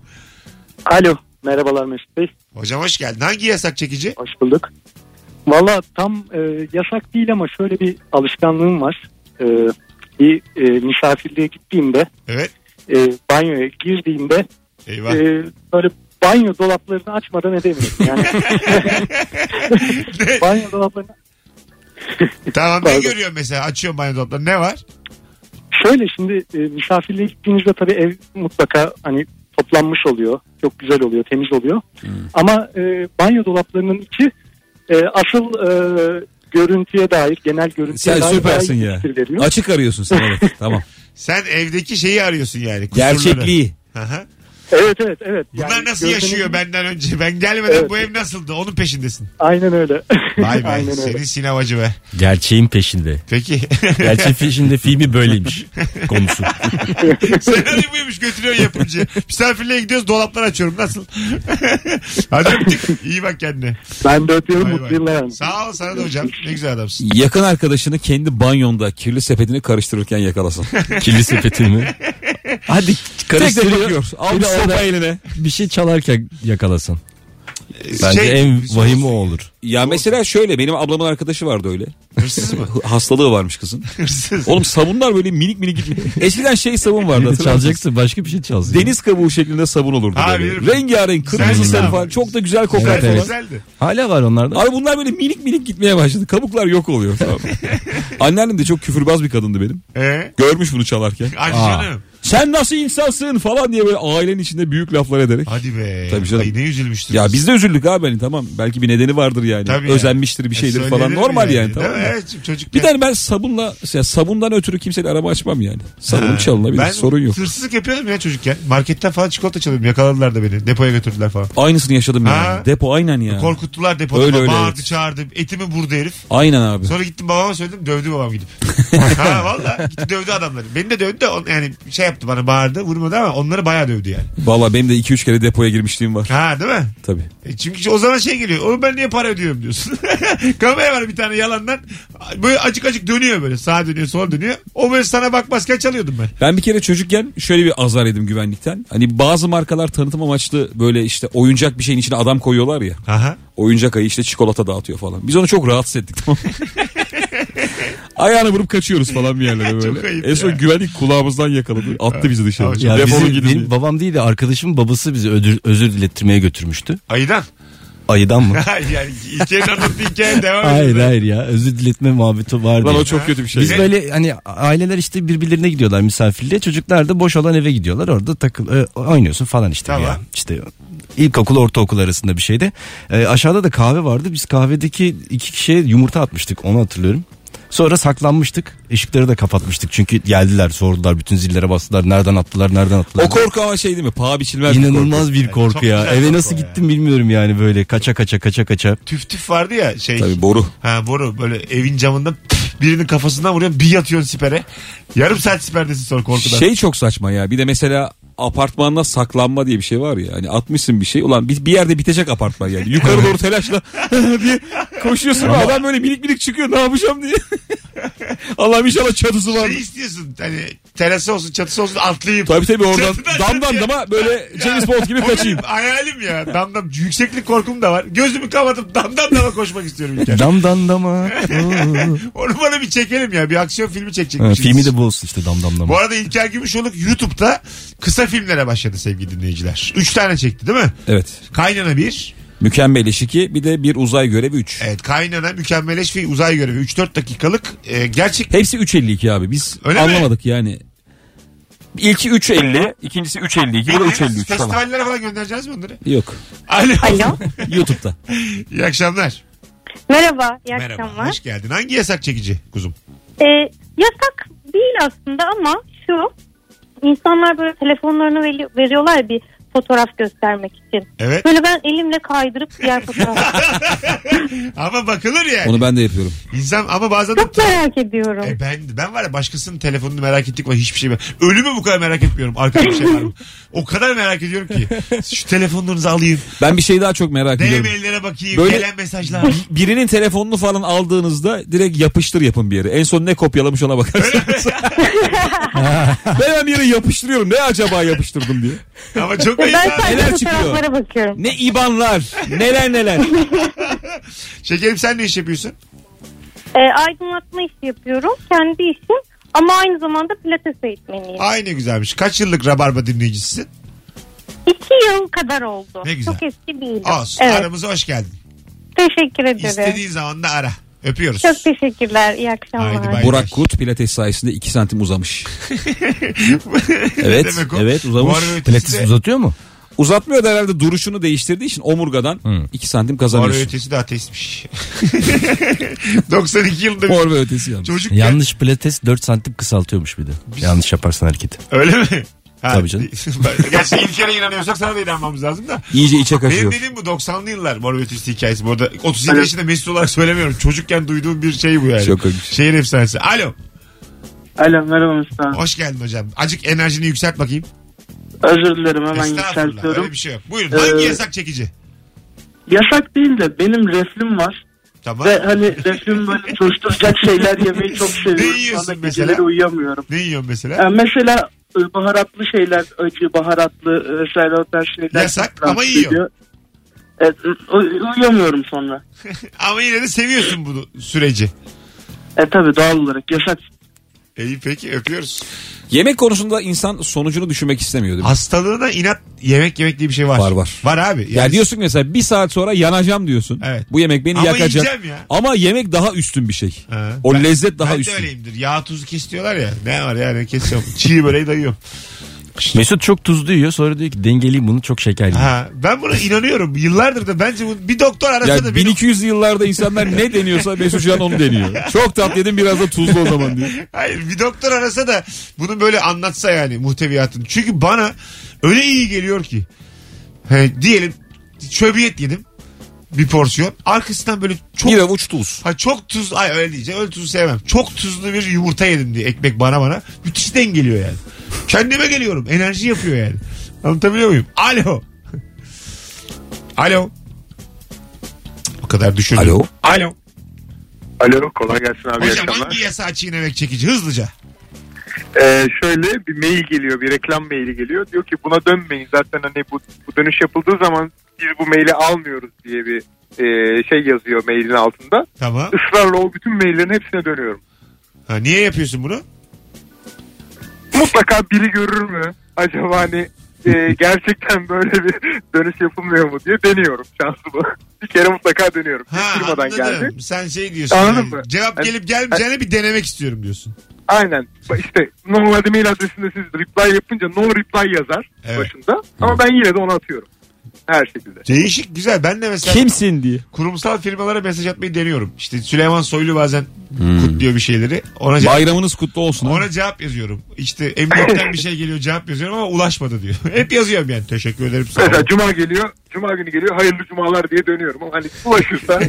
Alo. Merhabalar Mesut Bey. Hocam hoş geldin. Hangi yasak çekici? Hoş bulduk. Valla tam e, yasak değil ama şöyle bir alışkanlığım var. E, bir e, misafirliğe gittiğimde Evet. e, banyoya girdiğimde Eyvah. e, böyle banyo dolaplarını açmadan edemiyorum. Yani banyo dolaplarını Tamam ne Pardon. görüyorsun mesela? Açıyorum banyo dolaplarını. Ne var? şöyle şimdi e, misafirliğe gittiğinizde tabii ev mutlaka hani toplanmış oluyor. Çok güzel oluyor, temiz oluyor. Hmm. Ama e, banyo dolaplarının içi e, asıl e, görüntüye dair, genel görüntüye Sen dair süpersin daha iyi ya. fikir veriyor. Açık arıyorsun sen evet. Tamam. Sen evdeki şeyi arıyorsun yani. kusurları. Gerçekliği. Aha. Evet evet evet. Bunlar Yani nasıl görüntünün- yaşıyor benden önce? Ben gelmeden Evet. bu ev nasıldı? Onun peşindesin. Aynen öyle. Vay be. Aynen öyle. Senin sinemacı be. Gerçeğin peşinde. Peki. Gerçeğin peşinde filmi böyleymiş konusu. Senaryo buymuş götürüyor yapımcı. Misafirliğe gidiyoruz dolaplar açıyorum. Nasıl? Hadi öptük. İyi bak kendine. Ben de öpüyorum, Bay mutlu bay. yıllar. hanım. Sağ ol sana da hocam. Ne güzel adamsın. Yakın arkadaşını kendi banyonda kirli sepetini karıştırırken yakalasın. Kirli sepetini. Hadi Tek tek karıştırıyor. bakıyor. Al Bir bir de sopa orada eline. bir şey çalarken yakalasın. Bence Şey, en vahimi o olur. Ya mesela şöyle benim ablamın arkadaşı vardı öyle. Hırsız mı? Hastalığı varmış kızın. Hırsız. Oğlum sabunlar böyle minik minik gitmiyor.Eskiden şey sabun vardı Bir de hatırlar mısın? çalacaksın başka bir şey çalsın. Deniz kabuğu şeklinde sabun olurdu Ha, böyle. bilirim. Rengarenk kırmızı Güzeldi sarı ama. falan. Çok da güzel kokar Evet, falan. evet. Güzeldi. Hala var onlarda. Abi bunlar böyle minik minik gitmeye başladı. Kabuklar yok oluyor. Tamam. Anneannem de çok küfürbaz bir kadındı benim. Ee? Görmüş bunu çalarken. Hadi Aa. canım. Sen nasıl insansın falan diye böyle ailenin içinde büyük laflar ederek. Hadi be. Tabii canım. Ay ne üzülmüştür. Ya kız. biz de üzüldük abi hani tamam. Belki bir nedeni vardır yani. Tabii Özenmiştir bir ya. şeydir E, falan. söylenir mi Normal yani, tamam Değil mı? mi? Evet çocuk. Bir tane ben sabunla, ya sabundan ötürü kimseyle araba açmam yani. Sabunum çalınabilir, Ben sorun yok. hırsızlık yapıyordum ya çocukken. Marketten falan çikolata çalıyordum. Yakaladılar da beni. Depoya götürdüler falan. Aynısını yaşadım Ha. yani. Depo aynen ya. Korkuttular depoda. Öyle, öyle, Bağırdı evet. çağırdı. Etimi vurdu herif. Aynen abi. Sonra gittim babama söyledim. Dövdü babam gidip. Ha valla gitti dövdü adamları. Beni de dövdü de on- yani şey yaptı bana bağırdı. Vurmadı ama onları bayağı dövdü yani. Valla benim de iki üç kere depoya girmişliğim var. Ha değil mi? Tabii. E çünkü o zaman şey geliyor. Oğlum ben niye para ödüyorum diyorsun. Kamera var bir tane yalandan. Böyle acık acık dönüyor böyle. Sağa dönüyor sola dönüyor. O böyle sana bakmazken çalıyordum ben. Ben bir kere çocukken şöyle bir azar yedim güvenlikten. Hani bazı markalar tanıtım amaçlı böyle işte oyuncak bir şeyin içine adam koyuyorlar ya. Aha. Oyuncak ayı işte çikolata dağıtıyor falan. Biz onu çok rahatsız ettik tamam mı? Ayağını vurup kaçıyoruz falan bir yerlere Çok böyle. ayıp En son ya. güvenlik kulağımızdan yakaladı. Attı bizi dışarı. Ya Defolun bizim, gidin benim diye. babam değil de arkadaşımın babası bizi özür, özür dilettirmeye götürmüştü. Ayıdan. Ayıdan mı? Yani İlker'in anlattığı hikaye devam ediyor. Hayır hayır ya, özür diletme muhabbeti vardı. Lan ya. o çok kötü bir şey. Biz böyle hani aileler işte birbirlerine gidiyorlar misafirliğe. Çocuklar da boş olan eve gidiyorlar. Orada takıl e, oynuyorsun falan işte. Tamam. Ya. İşte ilkokul ortaokul arasında bir şeydi. E, aşağıda da kahve vardı. Biz kahvedeki iki kişiye yumurta atmıştık. Onu hatırlıyorum. Sonra saklanmıştık. Işıkları da kapatmıştık. Çünkü geldiler, sordular, bütün zillere bastılar. Nereden attılar, nereden attılar. O korku ama şey değil mi? Paha biçilmez bir korku. İnanılmaz bir korku Çok ya. güzel Eve korku nasıl ya. gittim bilmiyorum yani, böyle kaça kaça kaça kaça. Tüf tüf vardı ya şey. Tabii boru. Ha boru böyle evin camından püf, birinin kafasından vuruyorsun, bir yatıyorsun sipere. Yarım saat siperdesin sonra korkudan. Şey çok saçma ya. Bir de mesela apartmanda saklanma diye bir şey var ya. Hani atmışsın bir şey. Ulan bir, bir yerde bitecek apartman yani. Yukarı doğru telaşla diye koşuyorsun. Ama adam böyle minik minik çıkıyor. Ne yapacağım diye. Allah'ım inşallah çatısı var. Şey istiyorsun hani terası olsun çatısı olsun atlayayım. Tabii tabii oradan Çatıdan damdan çatıya. dama böyle James Bond gibi O kaçayım. benim hayalim ya. Damdam yükseklik korkum da var. Gözümü kapatıp damdan dama koşmak istiyorum İlker. Damdan dama. Onu bana bir çekelim ya. Bir aksiyon filmi Ha, çekecekmişiz. filmi de bu olsun işte, damdan dama. Bu arada İlker Gümüşoluk YouTube'da kısa filmlere başladı sevgili dinleyiciler. Üç tane çekti değil mi? Evet. Kaynana bir. Mükemmel iş iki, bir de bir uzay görevi üç. Evet, Kaynana, Mükemmeleş ve Uzay Görevi. üç dört dakikalık e, gerçek. Hepsi üç elli iki abi. Biz Öyle mi? anlamadık yani. İlki üç elli, ikincisi üç elli iki, bu da üç elli üç falan. Festivallere falan göndereceğiz mi onları? Yok. Alo. Alo. YouTube'da. İyi akşamlar. Merhaba, iyi Merhaba. akşamlar. Hoş geldin. Hangi yasak çekici kuzum? Ee, yasak değil aslında ama şu, insanlar böyle telefonlarını veri- veriyorlar ya bir fotoğraf göstermek için. Evet. Böyle ben elimle kaydırıp diğer fotoğrafı Ama bakılır yani. Onu ben de yapıyorum. İnsan ama bazen de... çok merak ediyorum. E ben, ben var ya başkasının telefonunu merak ettik var hiçbir şey. Ölümü bu kadar merak etmiyorum. Arkada bir şey var mı? O kadar merak ediyorum ki. Şu telefonlarınızı alayım. Ben bir şey daha çok merak D ediyorum. M'lere bakayım. Böyle- Gelen mesajlar. Birinin telefonunu falan aldığınızda direkt yapıştır yapın bir yere. En son ne kopyalamış ona bakarsınız. Ben hemen bir yere yapıştırıyorum. Ne acaba yapıştırdım diye. Ama çok Ben ayıp. abi. sadece neler çıkıyor? fotoğraflara bakıyorum. Ne ibanlar, neler neler. Şekerim sen ne iş yapıyorsun? Ee, aydınlatma işi yapıyorum. Kendi işim. Ama aynı zamanda pilates eğitmeniyim. Ay ne güzelmiş. Kaç yıllık Rabarba dinleyicisisin? İki yıl kadar oldu. Ne güzel. Çok eski değilim. Olsun. Evet. Aramıza hoş geldin. Teşekkür ederim. İstediğin zaman da ara. Öpüyoruz. Çok teşekkürler. İyi akşamlar. Haydi bay. Burak Kut pilates sayesinde iki santim uzamış. Ne Evet, demek o? evet uzamış. Bu arada ötesi Pilates de- uzatıyor mu? Uzatmıyor da herhalde duruşunu değiştirdiği için omurgadan iki santim Bu arada kazanıyorsun. ötesi de ateistmiş. doksan iki yılında bir Mor ve ötesi yalnız. çocuk. Yanlış pilates dört santim kısaltıyormuş bir de. Yanlış yaparsan hareketi. Öyle mi? Ha, Tabii canım. Gerçi İlker'e inanıyorsak sana da inanmamız lazım da. İyice içe Benim kaçıyor. dediğim bu doksanlı yıllar Mor ve Ötesi hikayesi. Bu arada otuz yedi yaşında Mesut olarak söylemiyorum. Çocukken duyduğum bir şey bu yani. Çok ilginç. Şehir efsanesi. Alo. Alo merhaba Mustafa. Hoş geldin hocam. Acık enerjini yükselt bakayım. Özür dilerim hemen Estağfurullah. yükseltiyorum. Öyle bir şey yok. Buyurun. Hangi Ee, yasak çekici? Yasak değil de benim reflüm var. Tamam. Ve hani reflüm böyle coşturacak şeyler yemeyi çok seviyorum. Ne yiyorsun Sonra mesela? geceleri uyuyamıyorum. Ne yiyorsun mesela? Yani mesela e, baharatlı şeyler, acı, baharatlı e, vesaire o tarz şeyler. Yasak çok rahatsız ama yiyor. ediyor. Evet, uy- uyuyamıyorum sonra. Ama yine de seviyorsun bu süreci. E tabi doğal olarak yasak. İyi peki öpüyoruz. Yemek konusunda insan sonucunu düşünmek istemiyor değil mi? Hastalığına inat yemek yemek diye bir şey var. Var, var. Var abi. Yani Ya diyorsun ki mesela bir saat sonra yanacağım diyorsun. Evet. Bu yemek beni Ama yakacak. yiyeceğim ya. Ama yemek daha üstün bir şey. Ha. O Ben- lezzet daha ben üstün. de öyleyimdir. Yağ tuzu kesiyorlar ya. Ne var ya ne kesiyorum. Çiğ böreği dayıyorum. Mesut çok tuzlu yiyor, sonra diyor ki dengeleyim bunu, çok şekerli. Ha, ben buna inanıyorum. Yıllardır da bence bu, bir doktor arasa Ya da bin beni... iki yüz yıllarda insanlar ne deniyorsa Mesut Can onu deniyor. Çok tat yedim biraz da tuzlu o zaman diyor. Hayır bir doktor arasa da bunu böyle anlatsa yani muhteviyatını. Çünkü bana öyle iyi geliyor ki. He, diyelim çöbiyet yedim. Bir porsiyon. Arkasından böyle çok... Bir avuç tuz. Ha çok tuz, ay öyle diyeceğim, öyle tuzu sevmem. Çok tuzlu bir yumurta yedim diye ekmek bana bana. Müthiş dengeliyor yani. Kendime geliyorum. Enerji yapıyor yani. Anlatabiliyor muyum? Alo. Alo. O kadar düşündüm. Alo. Alo. Alo kolay gelsin abi. iyi Hocam akşamlar. hangi yasağı çiğnemek çekici? Hızlıca. Ee, şöyle bir mail geliyor, bir reklam maili geliyor. Diyor ki buna dönmeyin. Zaten hani bu, bu dönüş yapıldığı zaman biz bu maili almıyoruz diye bir e, şey yazıyor mailin altında. Tamam. Israrla o bütün maillerin hepsine dönüyorum. Ha, niye yapıyorsun bunu? Mutlaka biri görür mü? Acaba hani e, gerçekten böyle bir dönüş yapılmıyor mu diye deniyorum şansımı. Bir kere mutlaka dönüyorum. Ha, firmadan anladım. geldi. Sen şey diyorsun. Anladın Yani, mı? cevap Hani- gelip gelmeyeceğine bir denemek istiyorum diyorsun. Aynen. İşte normalde mail adresinde siz reply yapınca no reply yazar Evet. başında. Ama ben yine de onu atıyorum. Her şekilde. Değişik, güzel. Ben de mesela Kimsin diye. kurumsal firmalara mesaj atmayı deniyorum. İşte Süleyman Soylu bazen kutluyor bir şeyleri. Ona cevap, Bayramınız kutlu olsun. ha. ona cevap yazıyorum. İşte emniyetten bir şey geliyor, cevap yazıyorum ama ulaşmadı diyor. Hep yazıyorum yani. Teşekkür ederim. Sağ Mesela olun. cuma geliyor. Cuma günü geliyor. Hayırlı cumalar diye dönüyorum. Ama hani ulaşırsa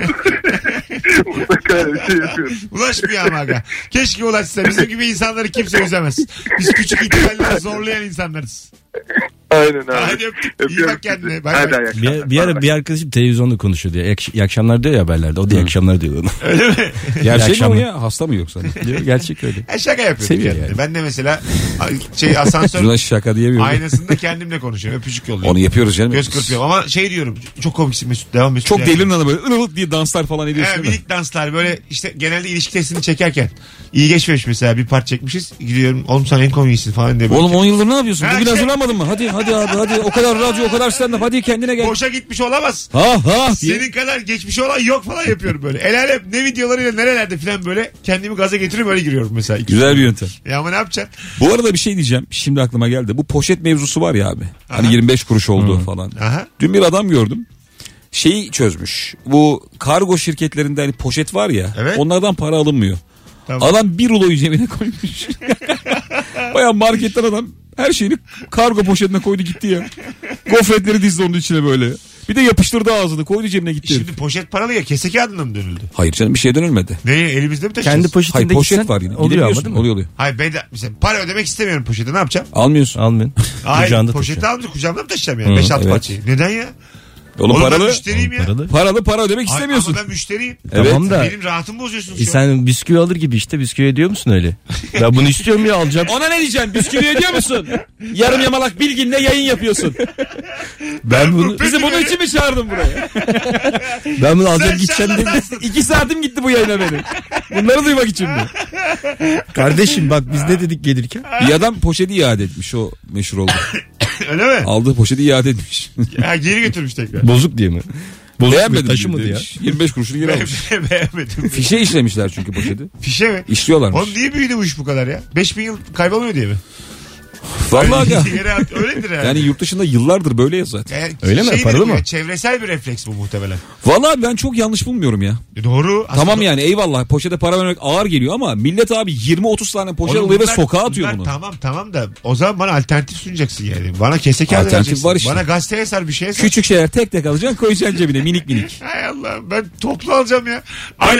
mutlaka öyle bir şey yapıyorum. Ulaşmıyor ama aga. Keşke ulaşsa. Bizim gibi insanları kimse üzemez. Biz küçük ihtimalleri zorlayan insanlarız. Aynen abi. Hadi öptük. İyi Öpüyorum bak kendine. sizi. Bay Hadi bay. iyi akşamlar. Bir, bir ara bir arkadaşım televizyonda konuşuyor diyor. İyi akş- İyi akşamlar diyor ya haberlerde. O da iyi akşamlar diyor ona. Öyle mi? Gerçek mi o akşamlar. ya? Hasta mı yoksa? Diyor, gerçek öyle. Ha, şaka yapıyorum Seviyor kendine. yani. Ben de mesela şey asansör Buna şaka diyemiyorum. aynasında kendimle konuşuyorum. Öpücük yolluyorum. Onu yapıyoruz canım. Göz kırpıyorum ama şey diyorum. Çok komiksin Mesut. Devam Mesut. Çok Yani. delirin adamı böyle ırılık diye danslar falan ediyorsun Evet, değil mi? minik danslar böyle işte genelde ilişki testini çekerken iyi geçmemiş mesela bir part çekmişiz gidiyorum oğlum sen en komiksin falan diye. Oğlum on yıldır ne yapıyorsun? Ha, Bugün şey- hazırlanmadın mı? Hadi hadi abi hadi. O kadar radyo o kadar stand-up. Hadi kendine gel. Boşa gitmiş olamaz. Ha ha diye. Senin kadar geçmiş olan yok falan yapıyorum böyle. El alem ne videolarıyla nerelerde falan böyle kendimi gaza getirip öyle giriyorum mesela. Güzel bir yöntem. Ya ama ne yapacaksın? Bu arada bir şey diyeceğim. Şimdi aklıma geldi. Bu poşet mevzusu var ya abi. Hani Aha. yirmi beş kuruş oldu falan. Aha. Dün bir adam gördüm. Şeyi çözmüş. Bu kargo şirketlerinde hani poşet var ya. Evet. Onlardan para alınmıyor. Tamam. Adam bir ruloyu cebine koymuş. Baya marketten adam her şeyini kargo poşetine koydu gitti ya. Gofretleri dizdi onun içine böyle. Bir de yapıştırdı ağzını koydu cebine gitti. Şimdi poşet paralı ya kese kağıdına mı dönüldü? Hayır canım bir şey dönülmedi. Ne elimizde mi taşıyacağız? Kendi Hayır poşetinde poşet gitsen var yine. oluyor ama Gidebiliyorsun. değil mi? Oluyor oluyor. Hayır ben de mesela para ödemek istemiyorum poşete ne yapacağım? Almıyorsun. Almayın. Hayır Kucağında poşeti taşıyor. almayacağım kucağımda mı taşıyacağım yani? Hı, beş altı evet. parçayı. Neden ya? Oğlum, Oğlum ben paralı, müşteriyim ya. Paralı. paralı para ödemek Ay, istemiyorsun. Ama ben müşteriyim. Evet. Tamam da Benim rahatımı bozuyorsun e şu an. sen bisküvi alır gibi işte bisküvi ediyor musun öyle? Ben bunu istiyorum ya alacağım. Ona ne diyeceksin? Bisküvi ediyor musun? Yarım yamalak bilginle yayın yapıyorsun. Ben bunu Bizi bunun için mi çağırdın buraya? ben bunu alacağım Sen gideceğim dedim. şarlatansın. İki saatim gitti bu yayına benim. Bunları duymak için mi? Kardeşim bak biz ne dedik gelirken? Bir adam poşeti iade etmiş, o meşhur oldu. Öyle mi? Aldığı poşeti iade etmiş. Ha, geri götürmüş tekrar. Bozuk diye mi? Bozuk mu Beğenmedim taşımadı diye ya. demiş. yirmi beş kuruşunu geri almış. Beğenmedim. Fişe işlemişler çünkü poşeti. Fişe mi? İşliyorlarmış. Oğlum niye büyüdü bu iş bu kadar ya? beş bin yıl kaybolmuyor diye mi? Vallahi ya. Yere at- Öyledir yani. Yani yurt dışında yıllardır böyle ya zaten. Yani Öyle mi? şeydir Paralı bu mı? ya, çevresel bir refleks bu muhtemelen. Vallahi ben çok yanlış bulmuyorum ya. E doğru. Aslında- Tamam yani eyvallah poşete para vermek ağır geliyor ama millet abi yirmi otuz tane poşet Oğlum alıyor ve bunlar- sokağa atıyor bunlar bunu. Tamam tamam da o zaman bana alternatif sunacaksın yani. Bana kese kağıdı Alternatif vereceksin. var işte. Bana gazeteye sar bir şeye sar. Küçük şeyler tek tek alacaksın koyacaksın cebine minik minik. Hay Allah ben toplu alacağım ya. Alo.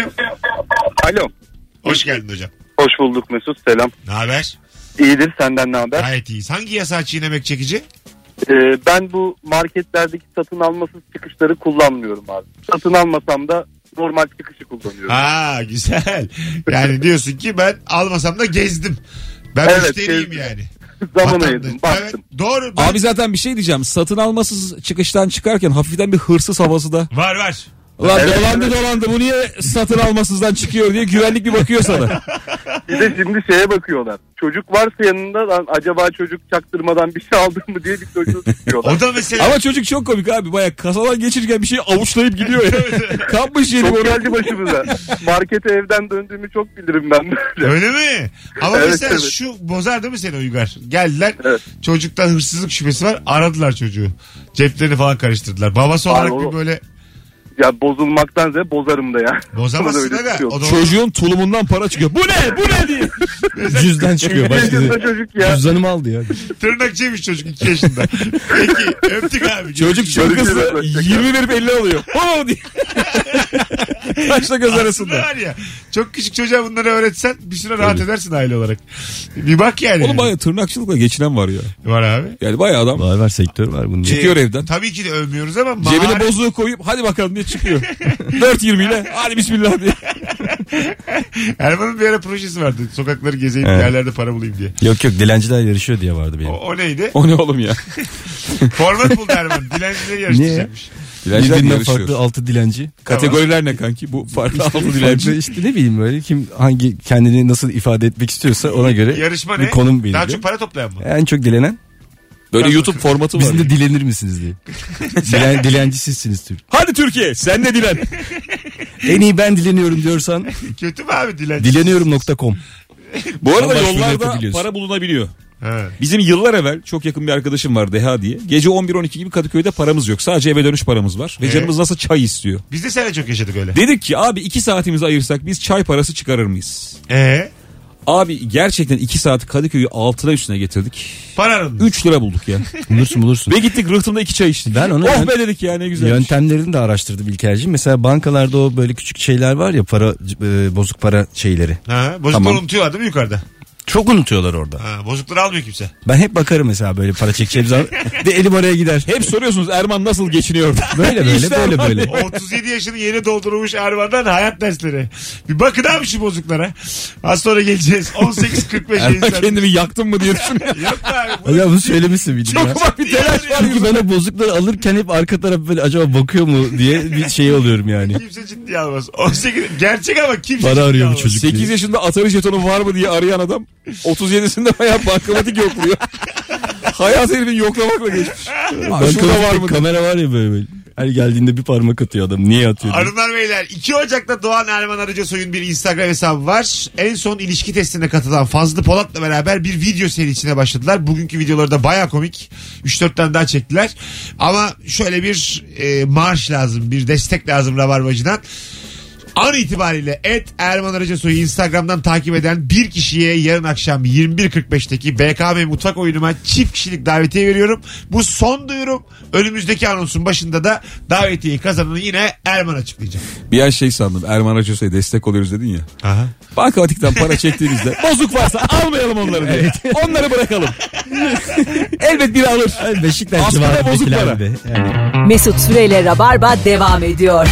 Alo. Hoş geldin hocam. Hoş bulduk Mesut. Selam. Ne haber? İyidir, senden ne haber? Gayet iyiyiz. Hangi yasağı çiğnemek çekici? Ee, ben bu marketlerdeki satın almasız çıkışları kullanmıyorum abi. Satın almasam da normal çıkışı kullanıyorum. Aa güzel. Yani diyorsun ki ben almasam da gezdim. Ben Evet, müşteriyim gezdim. yani. Zaman Vatandaş. ayırdım, baktım. Evet, doğru. Ben- Abi zaten bir şey diyeceğim. Satın almasız çıkıştan çıkarken hafiften bir hırsız havası da. Var var. Ulan Evet, dolandı evet. dolandı bu niye satın almasızdan çıkıyor diye güvenlik bir bakıyor sana. Bir de şimdi şeye bakıyorlar. Çocuk varsa yanında lan acaba çocuk çaktırmadan bir şey aldı mı diye bir çocuğu tutuyorlar. O da mesela Ama çocuk çok komik abi. Baya kasadan geçirirken bir şeyi avuçlayıp gidiyor ya. Kapmış yeni Çok onu. geldi başımıza. Markete evden döndüğümü çok bilirim ben böyle. öyle mi? Ama Evet, mesela evet. şu bozar değil mi seni Uygar? Geldiler Evet. çocuktan hırsızlık şüphesi var aradılar çocuğu. Ceplerini falan karıştırdılar. Babası olarak Abi, o- bir böyle Ya bozulmaktan ziyade bozarım da ya. bozamazsın Öyle aga. tutuyor. O da Çocuğun tulumundan para çıkıyor. Bu ne? Bu ne diye. Cüzden çıkıyor. Bir yaşında Başka çocuk ya. cüzdanımı aldı ya. tırnakçıymış çocuk iki yaşında. Peki öptük abi. Çocuk çok Görüşürüz, hızlı hoşçakal. yirmi verip elli alıyor. Oo diye. Kaçta göz Aslında arasında. var ya çok küçük çocuğa bunları öğretsen bir süre rahat edersin aile olarak. Bir bak yani. Oğlum baya tırnakçılıkla geçinen var ya. Var abi. Yani baya adam Var var sektör var bunun. çıkıyor Ee, evden. Tabii ki de övmüyoruz ama Cebine mağara- bozduğu koyup hadi bakalım diye çıkıyor. dört yirmi ile hadi bismillah diye. Erman'ın bir ara projesi vardı. Sokakları gezeyim Evet. yerlerde para bulayım diye. Yok yok dilenciler yarışıyor diye vardı benim. O, o neydi? O ne oğlum ya? Format buldu Erman. Dilencileri yarıştıracakmış. Dilenciler Birbirinden yarışıyor. farklı altı dilenci. Kategoriler ne kanki? Bu farklı altı Farklı dilenci. işte ne bileyim böyle kim hangi kendini nasıl ifade etmek istiyorsa ona göre Yarışma bir ne? konum Daha belirliyor. çok para toplayan mı? En çok dilenen Böyle YouTube formatı var. bizim ya. de dilenir misiniz diye. Dilen, dilenci sizsiniz Türk. Hadi Türkiye sen de dilen. En iyi ben dileniyorum diyorsan Kötü mü abi dilenci? dileniyorum nokta com. Bu arada Başvuru yollarda yapabiliyorsun. para bulunabiliyor. He. Bizim yıllar evvel çok yakın bir arkadaşım var Deha diye. Gece on bir on iki gibi Kadıköy'de paramız yok. Sadece eve dönüş paramız var. Ve Ee? canımız nasıl çay istiyor. Biz de seninle çok yaşadık öyle. Dedik ki abi iki saatimizi ayırsak biz çay parası çıkarır mıyız? Eee? Abi gerçekten iki saat Kadıköy'ü altına üstüne getirdik. Para aradın. üç lira bulduk ya. Bulursun bulursun. Ve gittik rıhtımda iki çay içtik. Ben onu- oh ben- be dedik ya ne güzel. Yöntemlerini de araştırdım İlker'cim. Mesela bankalarda o böyle küçük şeyler var ya para e, bozuk para şeyleri. Ha, bozukları Tamam. unutuyorlar değil mi yukarıda? Çok unutuyorlar orada. Ha, bozukları almıyor kimse. Ben hep bakarım mesela böyle para çekeceğim zaman ve elim oraya gider. Hep soruyorsunuz Erman nasıl geçiniyor? Böyle böyle İşte böyle Erman böyle. otuz yedi yaşını yeni doldurmuş Erman'dan hayat dersleri. Bir bakın abi şu bozuklara. Az sonra geleceğiz. on sekiz kırk beş Erman insan. kendimi yaktım mı diye düşünüyor. Yok abi. Ya bunu söylemişsin bildim ya. Çok ufak bir telaş var. Çünkü ben o bozukları alırken hep arka taraf böyle acaba bakıyor mu diye bir şey oluyorum yani. Kimse ciddiye almaz. on sekiz gerçek ama kimse Para ciddiye arıyor bu almaz. çocuk. sekiz yaşında Atari jetonu var mı diye arayan adam otuz yedisinde bayağı bankamatik yokluyor. Hayat herifin yoklamakla geçmiş. Aa, şurada var mı? Kamera var ya böyle böyle. Her geldiğinde bir parmak atıyor adam. Niye atıyor diye. Hanımlar beyler iki Ocak'ta Doğan Erman Arıcasoy'un bir Instagram hesabı var. En son ilişki testine katılan Fazlı Polat'la beraber bir video serisine başladılar. Bugünkü videoları da baya komik. üç dört tane daha çektiler. Ama şöyle bir e, marş lazım, bir destek lazım Rabarbacı'dan. An itibariyle et Erman Arıcasoy'u Instagram'dan takip eden bir kişiye yarın akşam yirmi bir kırk beşteki B K M mutfak oyunuma çift kişilik davetiye veriyorum. Bu son duyurum. Önümüzdeki anonsun başında da davetiyeyi kazananı yine Erman açıklayacak. Bir an şey sandım Erman Acosa'ya destek oluyoruz dedin ya. Aha. Bankamatikten para çektiğimizde bozuk varsa almayalım onları diye. Onları bırakalım. Elbet biri alır. Beşiktaş Aslında bozuk para. civarındakiler gibi. Yani. Mesut Süreyle Rabarba devam ediyor.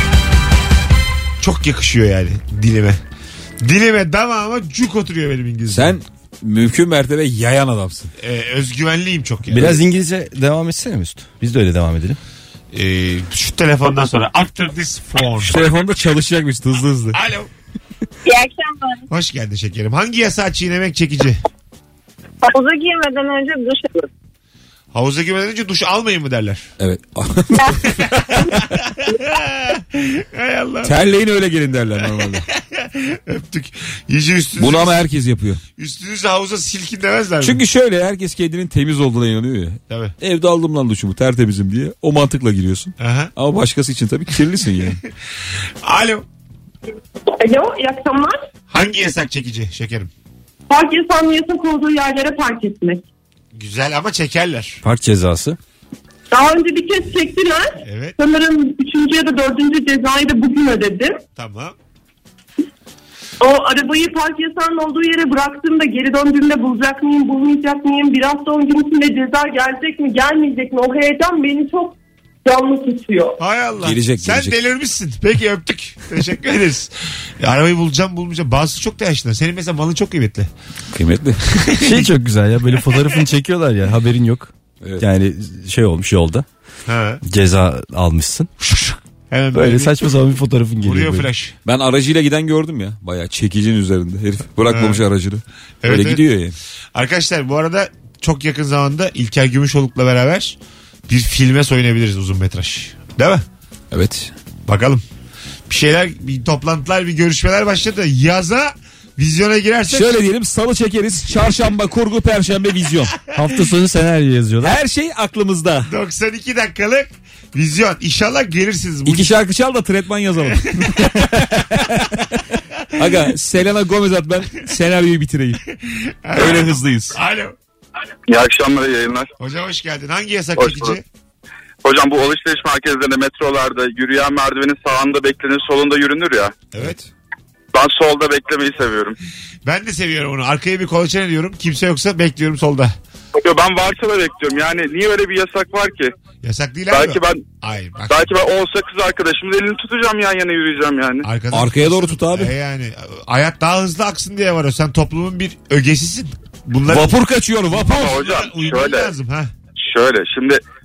Çok yakışıyor yani dilime. Dilime damağıma cuk oturuyor benim İngilizce. Sen mümkün mertebe yayan adamsın. Ee, özgüvenliyim çok yani. Biraz İngilizce devam etsene Mesut. Biz de öyle devam edelim. Ee, şu telefondan sonra after this phone. Şu telefonda çalışacakmış hızlı hızlı. Alo. İyi akşamlar. Hoş geldin şekerim. Hangi yasağı çiğnemek çekici? Havuza girmeden önce duş alın. Havuza girmeden önce duş almayın mı derler? Evet. Hay Allah. Terleyin öyle gelin derler normalde. Öptük. Yüzü üstünüzü, Bunu ama herkes yapıyor. üstünüzü havuza silkin demezler mi? Çünkü şöyle herkes kendinin temiz olduğuna inanıyor ya. Tabii. Evde aldım lan duşumu tertemizim diye. O mantıkla giriyorsun. Aha. Ama başkası için tabii kirlisin yani. Alo. Alo, iyi akşamlar. Hangi yasak çekici şekerim? Park yasağının yasak olduğu yerlere park etmek. Güzel ama çekerler. Park cezası. Daha önce bir kez çektiler. Evet. Sanırım üçüncü ya da dördüncü cezayı da bugün ödedim. Tamam. O arabayı park yasağının olduğu yere bıraktığımda geri döndüğümde bulacak mıyım, bulmayacak mıyım? Bir hafta on gün içinde ceza gelecek mi, gelmeyecek mi? O heyecan beni çok canlı tutuyor. Hay Allah. Gelecek, Sen gelecek. delirmişsin. Peki öptük. Teşekkür ederiz. Ya, arabayı bulacağım bulmayacağım. Bazısı çok da yaşlı. Senin mesela malın çok kıymetli. Kıymetli. Şey çok güzel ya böyle fotoğrafını çekiyorlar ya haberin yok. Evet. Yani şey olmuş yolda. Ha. Ceza almışsın. Hemen Böyle bir saçma sapan bir fotoğrafın geliyor. vuruyor böyle. flash. Ben aracıyla giden gördüm ya. Bayağı çekicinin üzerinde. Herif bırakmamış Ha. aracını. Evet, Öyle evet. gidiyor yani. Arkadaşlar bu arada çok yakın zamanda İlker Gümüşoluk'la beraber bir filme soyunabiliriz uzun metraj. Değil mi? Evet. Bakalım. Bir şeyler, bir toplantılar, bir görüşmeler başladı. Yaza vizyona girersek Şöyle diyelim salı çekeriz. Çarşamba kurgu, perşembe vizyon. Hafta sonu senaryo yazıyorlar. Her şey aklımızda. doksan iki dakikalık vizyon. İnşallah gelirsiniz. Bu İki şarkı çal da tretman yazalım. Aga Selena Gomez at ben senaryoyu bitireyim. Öyle hızlıyız. Alo. İyi akşamlar, iyi yayınlar. Hocam hoş geldin. Hangi yasak Hoş çekici? bulduk. Hocam bu alışveriş merkezlerinde, metrolarda yürüyen merdivenin sağında beklenir, solunda yürünür ya. Evet. Ben solda beklemeyi seviyorum. Ben de seviyorum onu. Arkaya bir kolaçan ediyorum. Kimse yoksa bekliyorum solda. Yo, ben varsa da bekliyorum. Yani niye öyle bir yasak var ki? Yasak değil Belki abi. ben Hayır bak. belki ben olsa kız arkadaşımın elini tutacağım, yan yana yürüyeceğim yani. Arkadan Arkaya doğru tut abi. E yani hayat daha hızlı aksın diye var o. Sen toplumun bir ögesisin. Bunlar Vapur kaçıyor vapur. Ama hocam uyman şöyle lazım ha. şöyle şimdi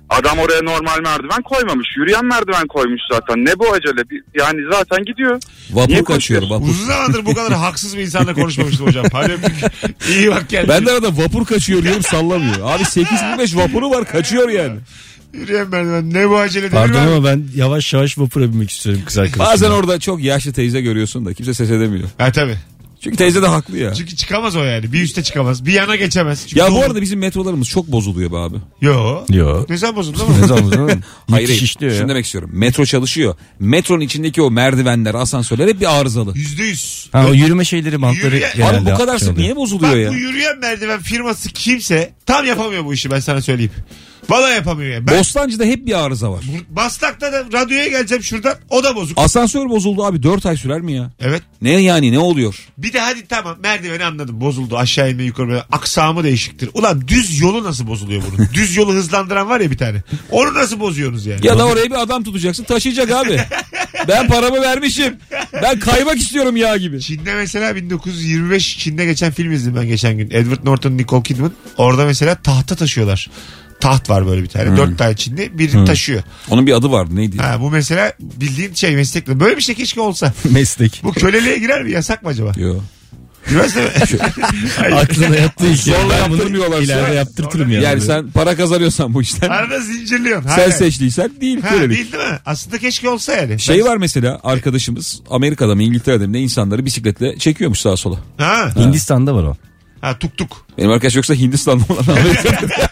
Adam oraya normal merdiven koymamış. Yürüyen merdiven koymuş zaten. Ne bu acele? Bir- Yani zaten gidiyor. Vapur Niye kaçıyor koşuyorsun? vapur. Uzun zamandır bu kadar haksız bir insanla konuşmamıştım hocam. Hadi öptük. İyi bak kendine. Ben de arada vapur kaçıyor diyorum sallamıyor. Abi sekiz bin beş vapuru var kaçıyor yani. Yürüyen merdiven. Ne bu acele? Pardon Demir abi. ama ben yavaş yavaş vapura binmek istiyorum kız arkadaşım. Bazen orada çok yaşlı teyze görüyorsun da kimse ses edemiyor. Ha tabii. Çünkü teyze de haklı ya. Çünkü çıkamaz o yani. Bir üste çıkamaz. Bir yana geçemez. Çünkü Ya bu dolu. arada bizim metrolarımız çok bozuluyor be abi. Yo. Yo. Ne zaman bozuldu ama? Ne zaman zaman? Hayır, Hayır hayır. işliyor Şunu ya. demek istiyorum. Metro çalışıyor. Metronun içindeki o merdivenler, asansörler hep bir arızalı. Yüzde yüz. Ha, o yürüme şeyleri bantları Yürüyen- genelde. Abi bu kadar şey sık oluyor. niye bozuluyor Bak ya? bu yürüyen merdiven firması kimse tam yapamıyor bu işi ben sana söyleyeyim. Vallahi yapamıyor yani. Ben Bostancı'da hep bir arıza var. bu- Bastak'ta da radyoya geleceğim şuradan o da bozuk. Asansör bozuldu abi dört ay sürer mi ya? Evet. Ne yani ne oluyor? Bir de hadi tamam merdiveni anladım bozuldu aşağı inme yukarı böyle aksamı değişiktir. Ulan düz yolu nasıl bozuluyor bunun? Düz yolu hızlandıran var ya bir tane. Onu nasıl bozuyorsunuz yani? Ya da oraya bir adam tutacaksın taşıyacak abi. Ben paramı vermişim. Ben kaymak istiyorum ya gibi. Çin'de mesela bin dokuz yüz yirmi beş Çin'de geçen film izledim ben geçen gün. Edward Norton, Nicole Kidman. Orada mesela tahta taşıyorlar. Taht var böyle bir tane. Dört tane Çinli birini taşıyor. Onun bir adı vardı neydi? Ha, bu mesela bildiğin şey meslekle. Böyle bir şey keşke olsa. Meslek. Bu köleliğe girer mi? Yasak mı acaba? Yok. Girmez değil mi? Hayır. Aklına yattığı iki. Zorla Ben bunu yaptırmıyorlar. ileride yaptırtırım yani. Yani sen para kazanıyorsan bu işten. Arada zincirliyorsun. Sen Hayır. seçtiysen değil. Ha, kölelik. değil değil mi? Aslında keşke olsa yani. Şey var mesela arkadaşımız Amerika'da mı İngiltere'de mi ne insanları bisikletle çekiyormuş sağa sola. Ha. Hindistan'da var o. Ha tuk tuk. Benim arkadaş yoksa Hindistan'da olan Amerika'da.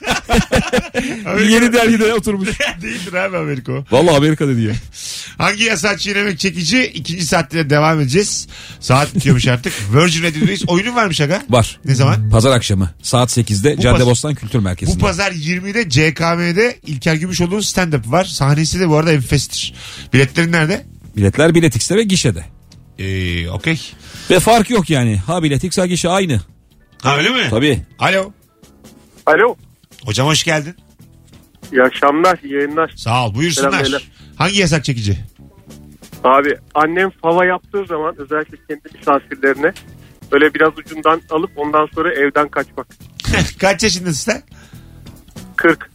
Yeni Delhi'de oturmuş. Değildir abi Amerika o. Vallahi Amerika dedi ya. Hangi yasağı çiğnemek çekici? İkinci saatte de devam edeceğiz. Saat bitiyormuş artık. Virgin Radio'dayız. Oyunun varmış aga. Var. Ne zaman? Pazar akşamı saat sekizde Bu Caddebostan Kültür Merkezi'nde. Bu pazar yirmide C K M'de İlker Gümüşoğlu'nun stand-up var. Sahnesi de bu arada enfestir. Biletlerin nerede? Biletler Bilet X'te ve gişede. Ee, okey. Ve fark yok yani. Ha Bilet X ha gişe aynı. Ha öyle mi? Tabii. Alo. Alo. Hocam hoş geldin. İyi akşamlar, iyi yayınlar. Sağ ol. Buyursunlar. Selam beyler. Hangi yasak çekici? Abi annem fava yaptığı zaman özellikle kendi misafirlerine böyle biraz ucundan alıp ondan sonra evden kaçmak. Kaç yaşındasın sen? kırk.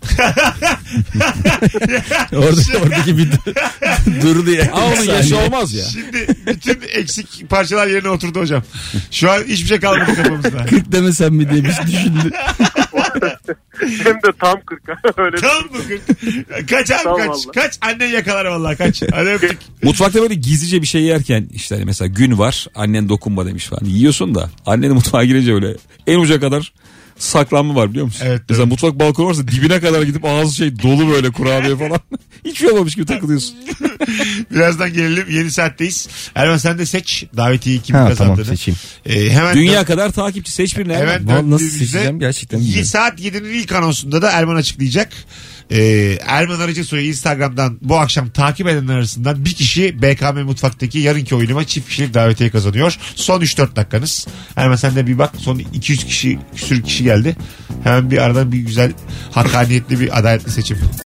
Orada, oradaki bir durdu ya. Ama onun yaşı olmaz ya. Şimdi bütün eksik parçalar yerine oturdu hocam. Şu an hiçbir şey kalmadı kafamızda. kırk demesem mi diye bir düşündü. Hem de tam kırk. Öyle. Tamam mı? Kaç abi Tamam kaç. vallahi. Kaç annen yakalar vallahi kaç. Hadi öptük. Mutfakta böyle gizlice bir şey yerken işte hani mesela gün var annen dokunma demiş falan. Yiyorsun da annen mutfağa girince öyle en uca kadar saklanma var biliyor musun? Evet, Mesela evet. mutfak balkonu varsa dibine kadar gidip ağzı şey dolu böyle kurabiye falan. Hiçbir şey olmamış gibi takılıyorsun. Birazdan gelelim. Yeni saatteyiz. Erman sen de seç davetiyi kim Ha, kazandığını. tamam, seçeyim. Ee, hemen Dünya dön- kadar takipçi seç birini. Hemen Erman. Vallahi nasıl döndüğümüzde seçeceğim gerçekten y- bilmiyorum. Saat yedinin ilk anonsunda da Erman açıklayacak. Ee, Erman Arıcısoy'u Instagram'dan bu akşam takip edenler arasından bir kişi B K M Mutfak'taki yarınki oyunuma çift kişilik davetiye kazanıyor. Son üç dört dakikanız. Erman sen de bir bak. Son iki yüz kişi, sürü kişi geldi. Hemen bir aradan bir güzel hakkaniyetli bir adaletli seçim.